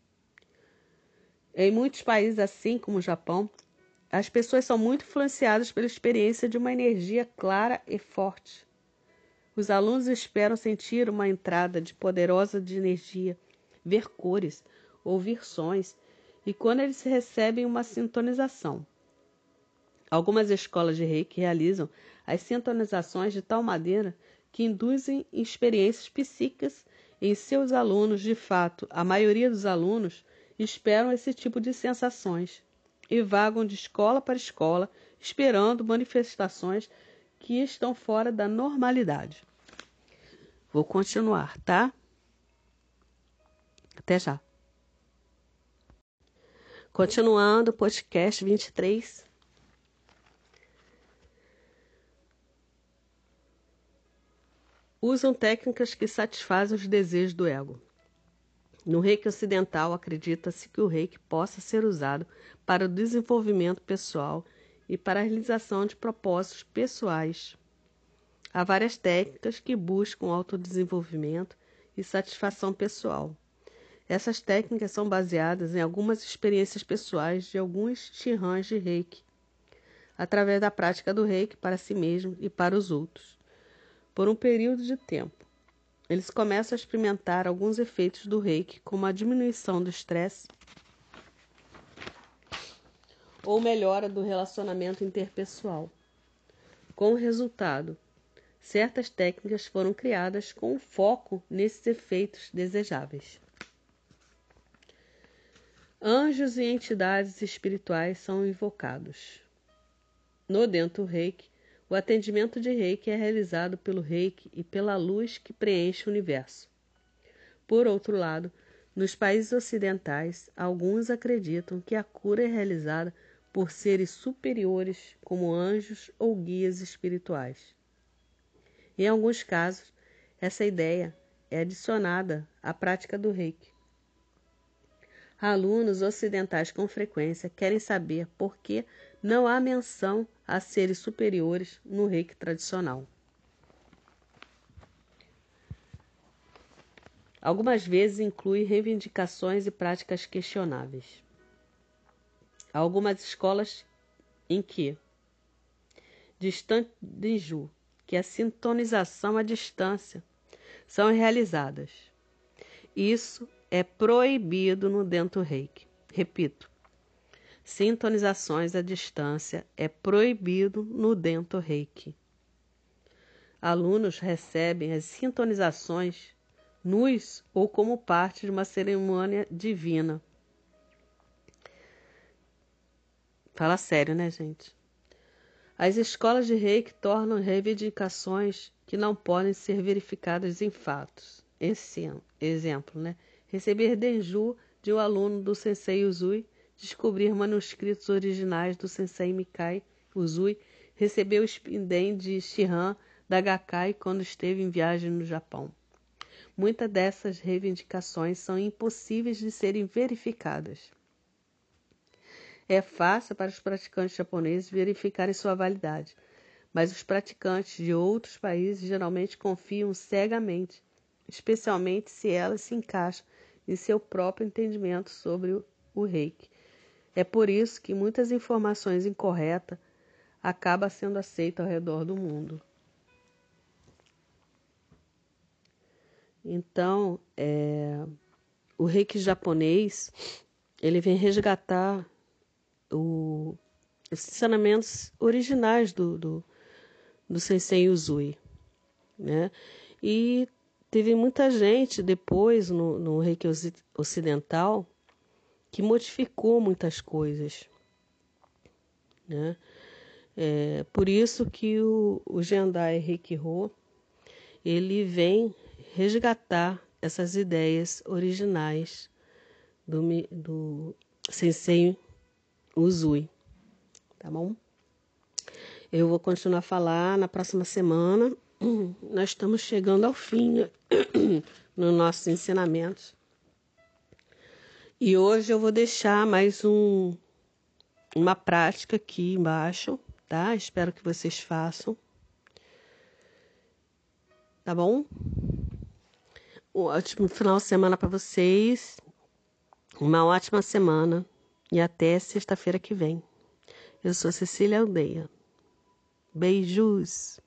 Em muitos países, assim como o Japão, as pessoas são muito influenciadas pela experiência de uma energia clara e forte. Os alunos esperam sentir uma entrada de poderosa de energia, ver cores, ouvir sons, e quando eles recebem uma sintonização. Algumas escolas de Reiki realizam as sintonizações de tal maneira que induzem experiências psíquicas em seus alunos. De fato, a maioria dos alunos esperam esse tipo de sensações e vagam de escola para escola, esperando manifestações que estão fora da normalidade. Vou continuar, tá? Até já. Continuando, podcast vinte e três. Usam técnicas que satisfazem os desejos do ego. No Reiki ocidental, acredita-se que o Reiki possa ser usado para o desenvolvimento pessoal e para a realização de propósitos pessoais. Há várias técnicas que buscam autodesenvolvimento e satisfação pessoal. Essas técnicas são baseadas em algumas experiências pessoais de alguns Shihans de Reiki, através da prática do Reiki para si mesmo e para os outros. Por um período de tempo, eles começam a experimentar alguns efeitos do Reiki, como a diminuição do estresse ou melhora do relacionamento interpessoal. Com o resultado, certas técnicas foram criadas com foco nesses efeitos desejáveis. Anjos e entidades espirituais são invocados. No Dentro Reiki, o atendimento de Reiki é realizado pelo Reiki e pela luz que preenche o universo. Por outro lado, nos países ocidentais, alguns acreditam que a cura é realizada por seres superiores, como anjos ou guias espirituais. Em alguns casos, essa ideia é adicionada à prática do Reiki. Alunos ocidentais com frequência querem saber por que não há menção a seres superiores no Reiki tradicional. Algumas vezes inclui reivindicações e práticas questionáveis. Há algumas escolas em que, distante de Ju, que a sintonização à distância são realizadas. Isso é proibido no Dentro Reiki. Repito, sintonizações à distância é proibido no Dentro Reiki. Alunos recebem as sintonizações nus ou como parte de uma cerimônia divina. Fala sério, né, gente? As escolas de Reiki tornam reivindicações que não podem ser verificadas em fatos. Esse exemplo, né? Receber Denju de um aluno do Sensei Usui, descobrir manuscritos originais do Sensei Mikai Usui, receber o Spinden de Shihan da Gakkai quando esteve em viagem no Japão. muitas dessas reivindicações são impossíveis de serem verificadas. É fácil para os praticantes japoneses verificarem sua validade, mas os praticantes de outros países geralmente confiam cegamente, especialmente se elas se encaixam em seu próprio entendimento sobre o, o reiki. É por isso que muitas informações incorretas acabam sendo aceitas ao redor do mundo. Então, é, o reiki japonês, ele vem resgatar o, os ensinamentos originais do, do, do Sensei Usui, né? E teve muita gente depois no, no reiki ocidental que modificou muitas coisas, né? É, por isso que o, o Gendai Reiki-Ho, ele vem resgatar essas ideias originais do, do Sensei Usui, tá bom? Eu vou continuar a falar na próxima semana. Nós estamos chegando ao fim nos nossos ensinamentos. E hoje eu vou deixar mais um, uma prática aqui embaixo, tá? Espero que vocês façam. Tá bom? Um ótimo final de semana para vocês. Uma ótima semana. E até sexta-feira que vem. Eu sou Cecília Aldeia. Beijos!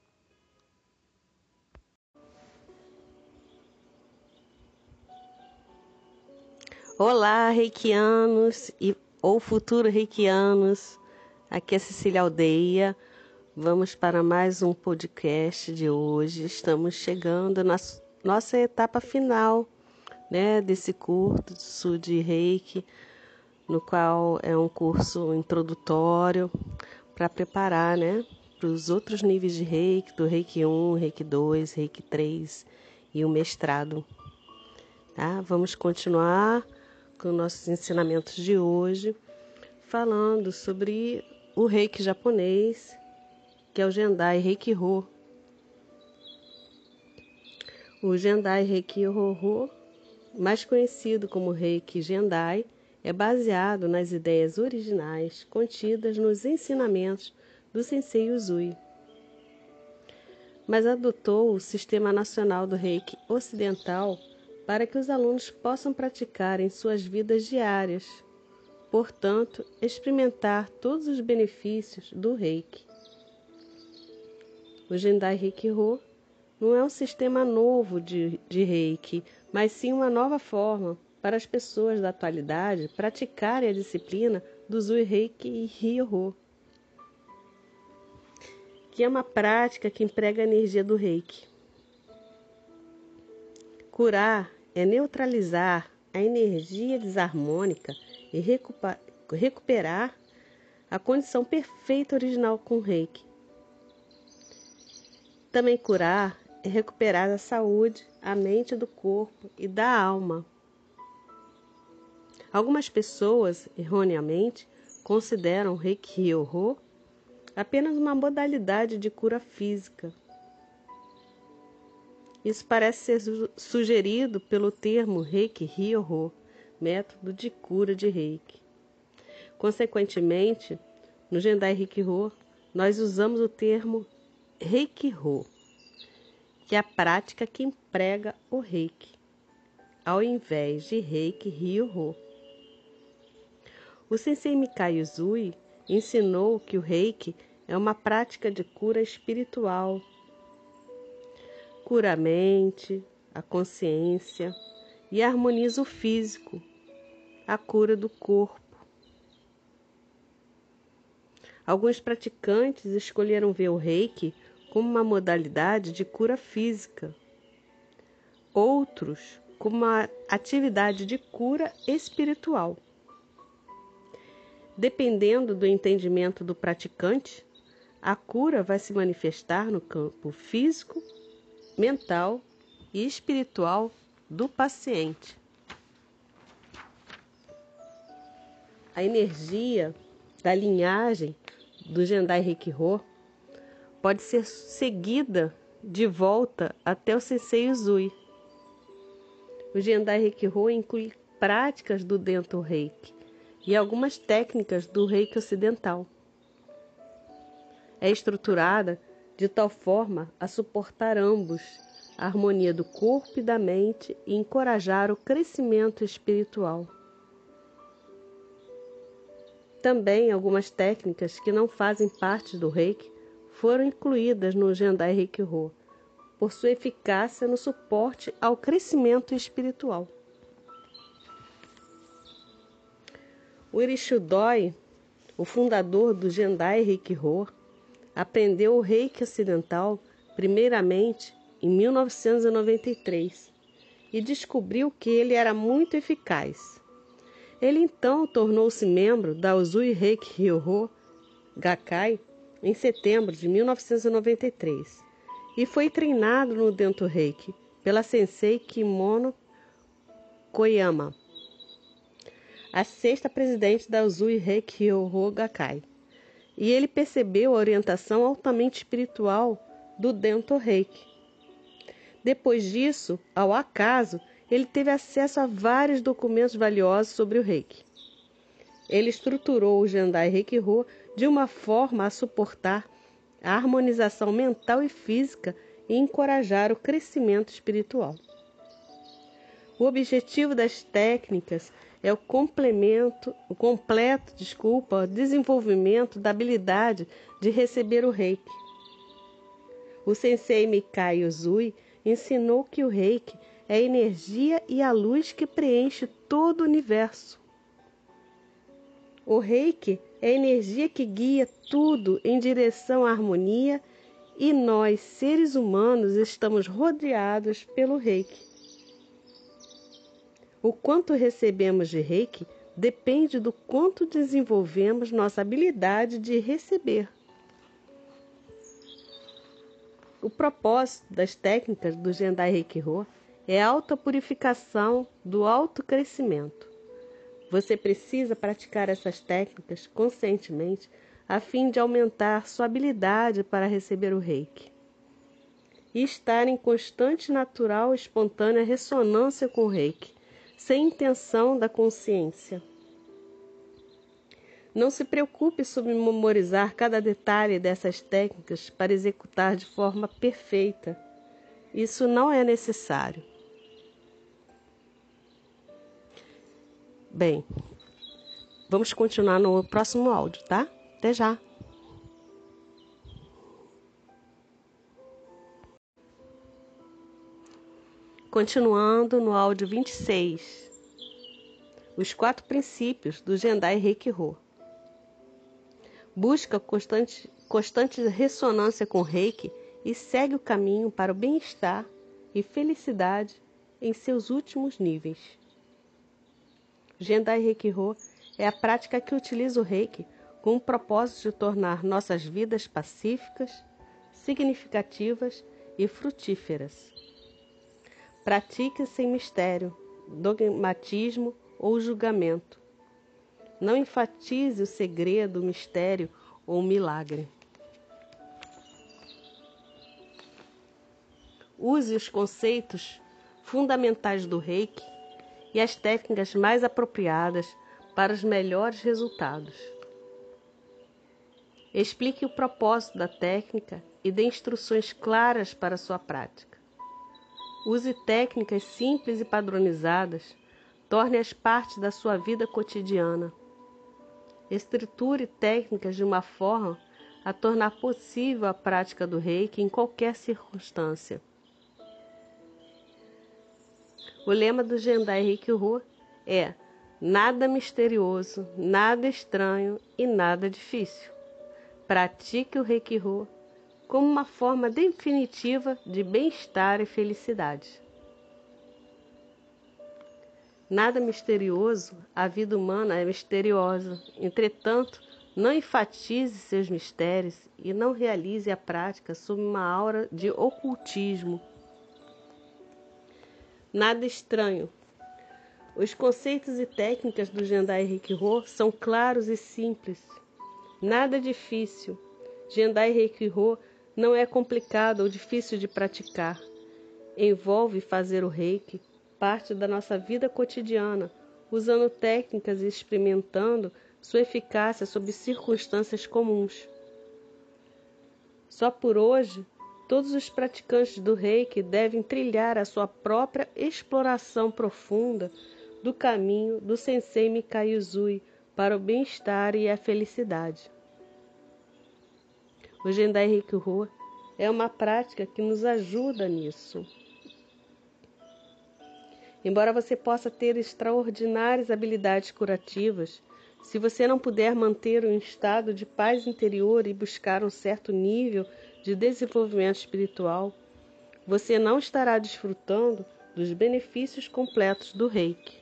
Olá, reikianos e ou futuros reikianos. Aqui é Cecília Aldeia. Vamos para mais um podcast de hoje. Estamos chegando na nossa etapa final, né, desse curso de Reiki, no qual é um curso introdutório para preparar, né, para os outros níveis de Reiki, do Reiki um, Reiki dois, Reiki três e o mestrado. Tá? Vamos continuar com nossos ensinamentos de hoje, falando sobre o Reiki japonês, que é o Gendai Reiki-Ho. O Gendai Reiki-Ho, mais conhecido como Reiki Gendai, é baseado nas ideias originais contidas nos ensinamentos do Sensei Usui, mas adotou o Sistema Nacional do Reiki Ocidental para que os alunos possam praticar em suas vidas diárias, portanto, experimentar todos os benefícios do Reiki. O Gendai Reiki-Ho não é um sistema novo de, de Reiki, mas sim uma nova forma para as pessoas da atualidade praticarem a disciplina do Zui Reiki e Ryo-Ho, que é uma prática que emprega a energia do Reiki. Curar é neutralizar a energia desarmônica e recuperar, recuperar a condição perfeita original com o Reiki. Também curar é recuperar a saúde, a mente do corpo e da alma. Algumas pessoas, erroneamente, consideram o Reiki Ryo-Ho apenas uma modalidade de cura física. Isso parece ser sugerido pelo termo Reiki Ryo-Ho, método de cura de Reiki. Consequentemente, no Gendai Reiki-Ho, nós usamos o termo Reiki-Ho, que é a prática que emprega o Reiki, ao invés de Reiki Ryo-Ho. O Sensei Mikai Usui ensinou que o Reiki é uma prática de cura espiritual. Cura a mente, a consciência e harmoniza o físico, a cura do corpo. Alguns praticantes escolheram ver o Reiki como uma modalidade de cura física, outros como uma atividade de cura espiritual. Dependendo do entendimento do praticante, a cura vai se manifestar no campo físico, mental e espiritual do paciente. A energia da linhagem do Gendai Reiki-Ho pode ser seguida de volta até o Sensei Usui, O Gendai Reiki-Ho inclui práticas do Dento Reiki e algumas técnicas do Reiki ocidental. É estruturada de tal forma a suportar ambos, a harmonia do corpo e da mente e encorajar o crescimento espiritual. Também algumas técnicas que não fazem parte do Reiki foram incluídas no Gendai Reiki-Ho, por sua eficácia no suporte ao crescimento espiritual. O Irishi Doi, o fundador do Gendai Reiki-Ho, aprendeu o Reiki ocidental primeiramente em mil novecentos e noventa e três e descobriu que ele era muito eficaz. Ele então tornou-se membro da Usui Reiki Ryoho Gakkai em setembro de mil novecentos e noventa e três e foi treinado no Dento Reiki pela Sensei Kimono Koyama, a sexta presidente da Usui Reiki Ryoho Gakkai, e ele percebeu a orientação altamente espiritual do Dento Reiki. Depois disso, ao acaso, ele teve acesso a vários documentos valiosos sobre o Reiki. Ele estruturou o Gendai Reiki-Ho de uma forma a suportar a harmonização mental e física e encorajar o crescimento espiritual. O objetivo das técnicas é o complemento, o completo, desculpa, desenvolvimento da habilidade de receber o Reiki. O Sensei Mikai Usui ensinou que o Reiki é a energia e a luz que preenche todo o universo. O Reiki é a energia que guia tudo em direção à harmonia e nós, seres humanos, estamos rodeados pelo Reiki. O quanto recebemos de Reiki depende do quanto desenvolvemos nossa habilidade de receber. O propósito das técnicas do Gendai Reiki-Ho é a autopurificação do autocrescimento. Você precisa praticar essas técnicas conscientemente a fim de aumentar sua habilidade para receber o Reiki e estar em constante, natural e espontânea ressonância com o Reiki, sem intenção da consciência. Não se preocupe sobre memorizar cada detalhe dessas técnicas para executar de forma perfeita. Isso não é necessário. Bem, vamos continuar no próximo áudio, tá? Até já! Continuando no áudio vinte e seis. Os quatro princípios do Gendai Reiki-Ho. Busca constante, constante ressonância com Reiki e segue o caminho para o bem-estar e felicidade em seus últimos níveis. Gendai Reiki-Ho é a prática que utiliza o Reiki com o propósito de tornar nossas vidas pacíficas, significativas e frutíferas. Pratique sem mistério, dogmatismo ou julgamento. Não enfatize o segredo, o mistério ou o milagre. Use os conceitos fundamentais do Reiki e as técnicas mais apropriadas para os melhores resultados. Explique o propósito da técnica e dê instruções claras para sua prática. Use técnicas simples e padronizadas, torne-as parte da sua vida cotidiana. Estruture técnicas de uma forma a tornar possível a prática do Reiki em qualquer circunstância. O lema do Gendai Reiki-Ho é nada misterioso, nada estranho e nada difícil. Pratique o Reiki-Ho como uma forma definitiva de bem-estar e felicidade. Nada misterioso, a vida humana é misteriosa. Entretanto, não enfatize seus mistérios e não realize a prática sob uma aura de ocultismo. Nada estranho. Os conceitos e técnicas do Gendai Reiki-Ho são claros e simples. Nada difícil. Gendai Reiki-Ho não é complicado ou difícil de praticar. Envolve fazer o Reiki parte da nossa vida cotidiana, usando técnicas e experimentando sua eficácia sob circunstâncias comuns. Só por hoje, todos os praticantes do Reiki devem trilhar a sua própria exploração profunda do caminho do Sensei Mikai Usui para o bem-estar e a felicidade. O Gendai Reiki-Rô é uma prática que nos ajuda nisso. Embora você possa ter extraordinárias habilidades curativas, se você não puder manter um estado de paz interior e buscar um certo nível de desenvolvimento espiritual, você não estará desfrutando dos benefícios completos do Reiki.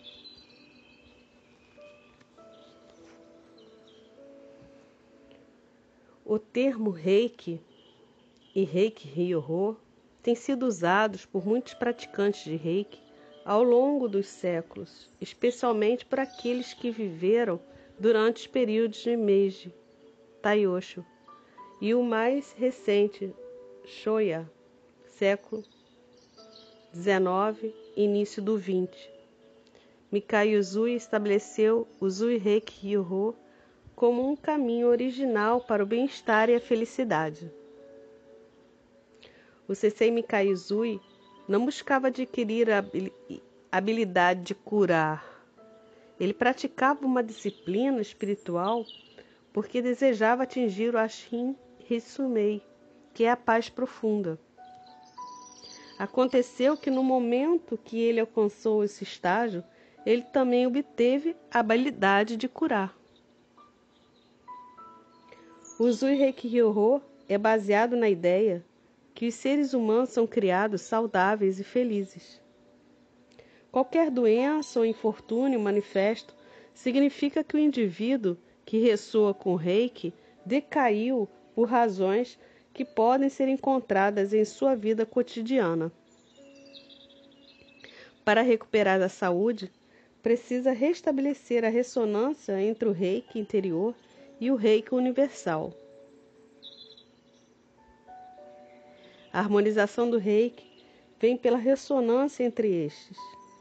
O termo Reiki e Reiki Ryo-Rô têm sido usados por muitos praticantes de Reiki ao longo dos séculos, especialmente por aqueles que viveram durante os períodos de Meiji, Taisho e o mais recente, Shoya, século dezenove, início do vinte. Mikai Usui estabeleceu o Usui Reiki Ryo-Rô como um caminho original para o bem-estar e a felicidade. O Sensei Mikai Usui não buscava adquirir a habilidade de curar. Ele praticava uma disciplina espiritual porque desejava atingir o Ashin Hitsumei, que é a paz profunda. Aconteceu que no momento que ele alcançou esse estágio, ele também obteve a habilidade de curar. O Usui Reiki Ryo-Rô é baseado na ideia que os seres humanos são criados saudáveis e felizes. Qualquer doença ou infortúnio manifesto significa que o indivíduo que ressoa com o Reiki decaiu por razões que podem ser encontradas em sua vida cotidiana. Para recuperar a saúde, precisa restabelecer a ressonância entre o Reiki interior e o Reiki universal. A harmonização do Reiki vem pela ressonância entre estes.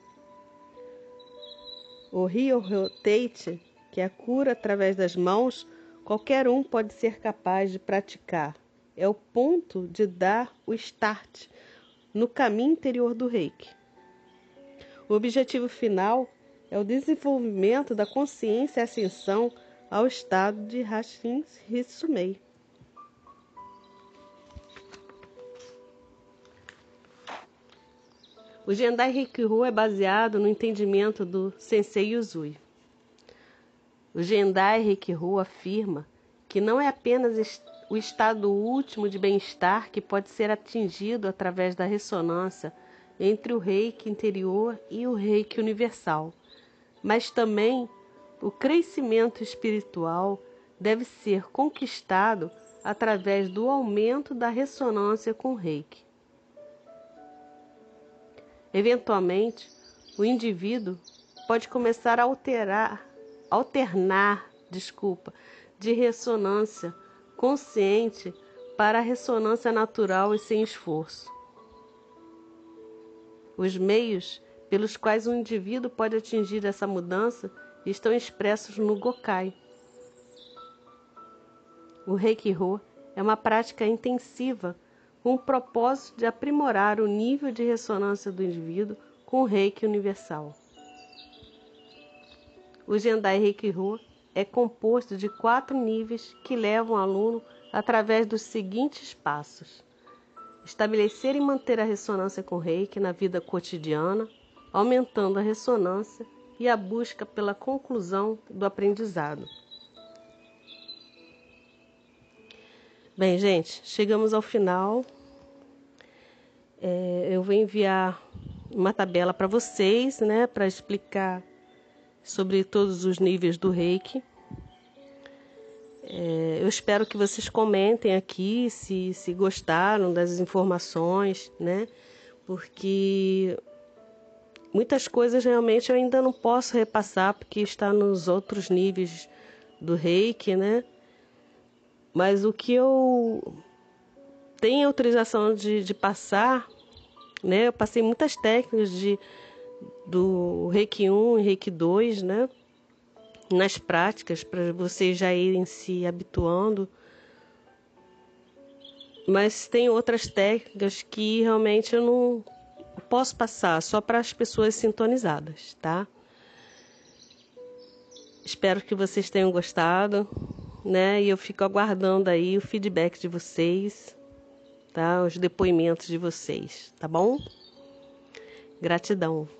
O Ryo-Rô Teite, que é a cura através das mãos, qualquer um pode ser capaz de praticar. É o ponto de dar o start no caminho interior do Reiki. O objetivo final é o desenvolvimento da consciência e ascensão ao estado de Ashin Hitsumei. O Gendai Reiki-Rô é baseado no entendimento do Sensei Usui. O Gendai Reiki-Rô afirma que não é apenas o estado último de bem-estar que pode ser atingido através da ressonância entre o Reiki interior e o Reiki universal, mas também o crescimento espiritual deve ser conquistado através do aumento da ressonância com o Reiki. Eventualmente, o indivíduo pode começar a alterar, alternar, desculpa, de ressonância consciente para a ressonância natural e sem esforço. Os meios pelos quais um indivíduo pode atingir essa mudança estão expressos no Gokai. O Reiki-Rô é uma prática intensiva com o propósito de aprimorar o nível de ressonância do indivíduo com o Reiki universal. O Gendai Reiki-Rô é composto de quatro níveis que levam o aluno através dos seguintes passos: estabelecer e manter a ressonância com o Reiki na vida cotidiana, aumentando a ressonância e a busca pela conclusão do aprendizado. Bem, gente, chegamos ao final. É, eu vou enviar uma tabela para vocês, né, para explicar sobre todos os níveis do Reiki. É, eu espero que vocês comentem aqui se, se gostaram das informações, né, porque muitas coisas realmente eu ainda não posso repassar porque está nos outros níveis do Reiki, né, mas o que eu tenho autorização de, de passar, né, eu passei muitas técnicas de do Reiki um e Reiki dois, né? Nas práticas, para vocês já irem se habituando. Mas tem outras técnicas que realmente eu não posso passar, só para as pessoas sintonizadas, tá? Espero que vocês tenham gostado, né? E eu fico aguardando aí o feedback de vocês, tá? Os depoimentos de vocês, tá bom? Gratidão.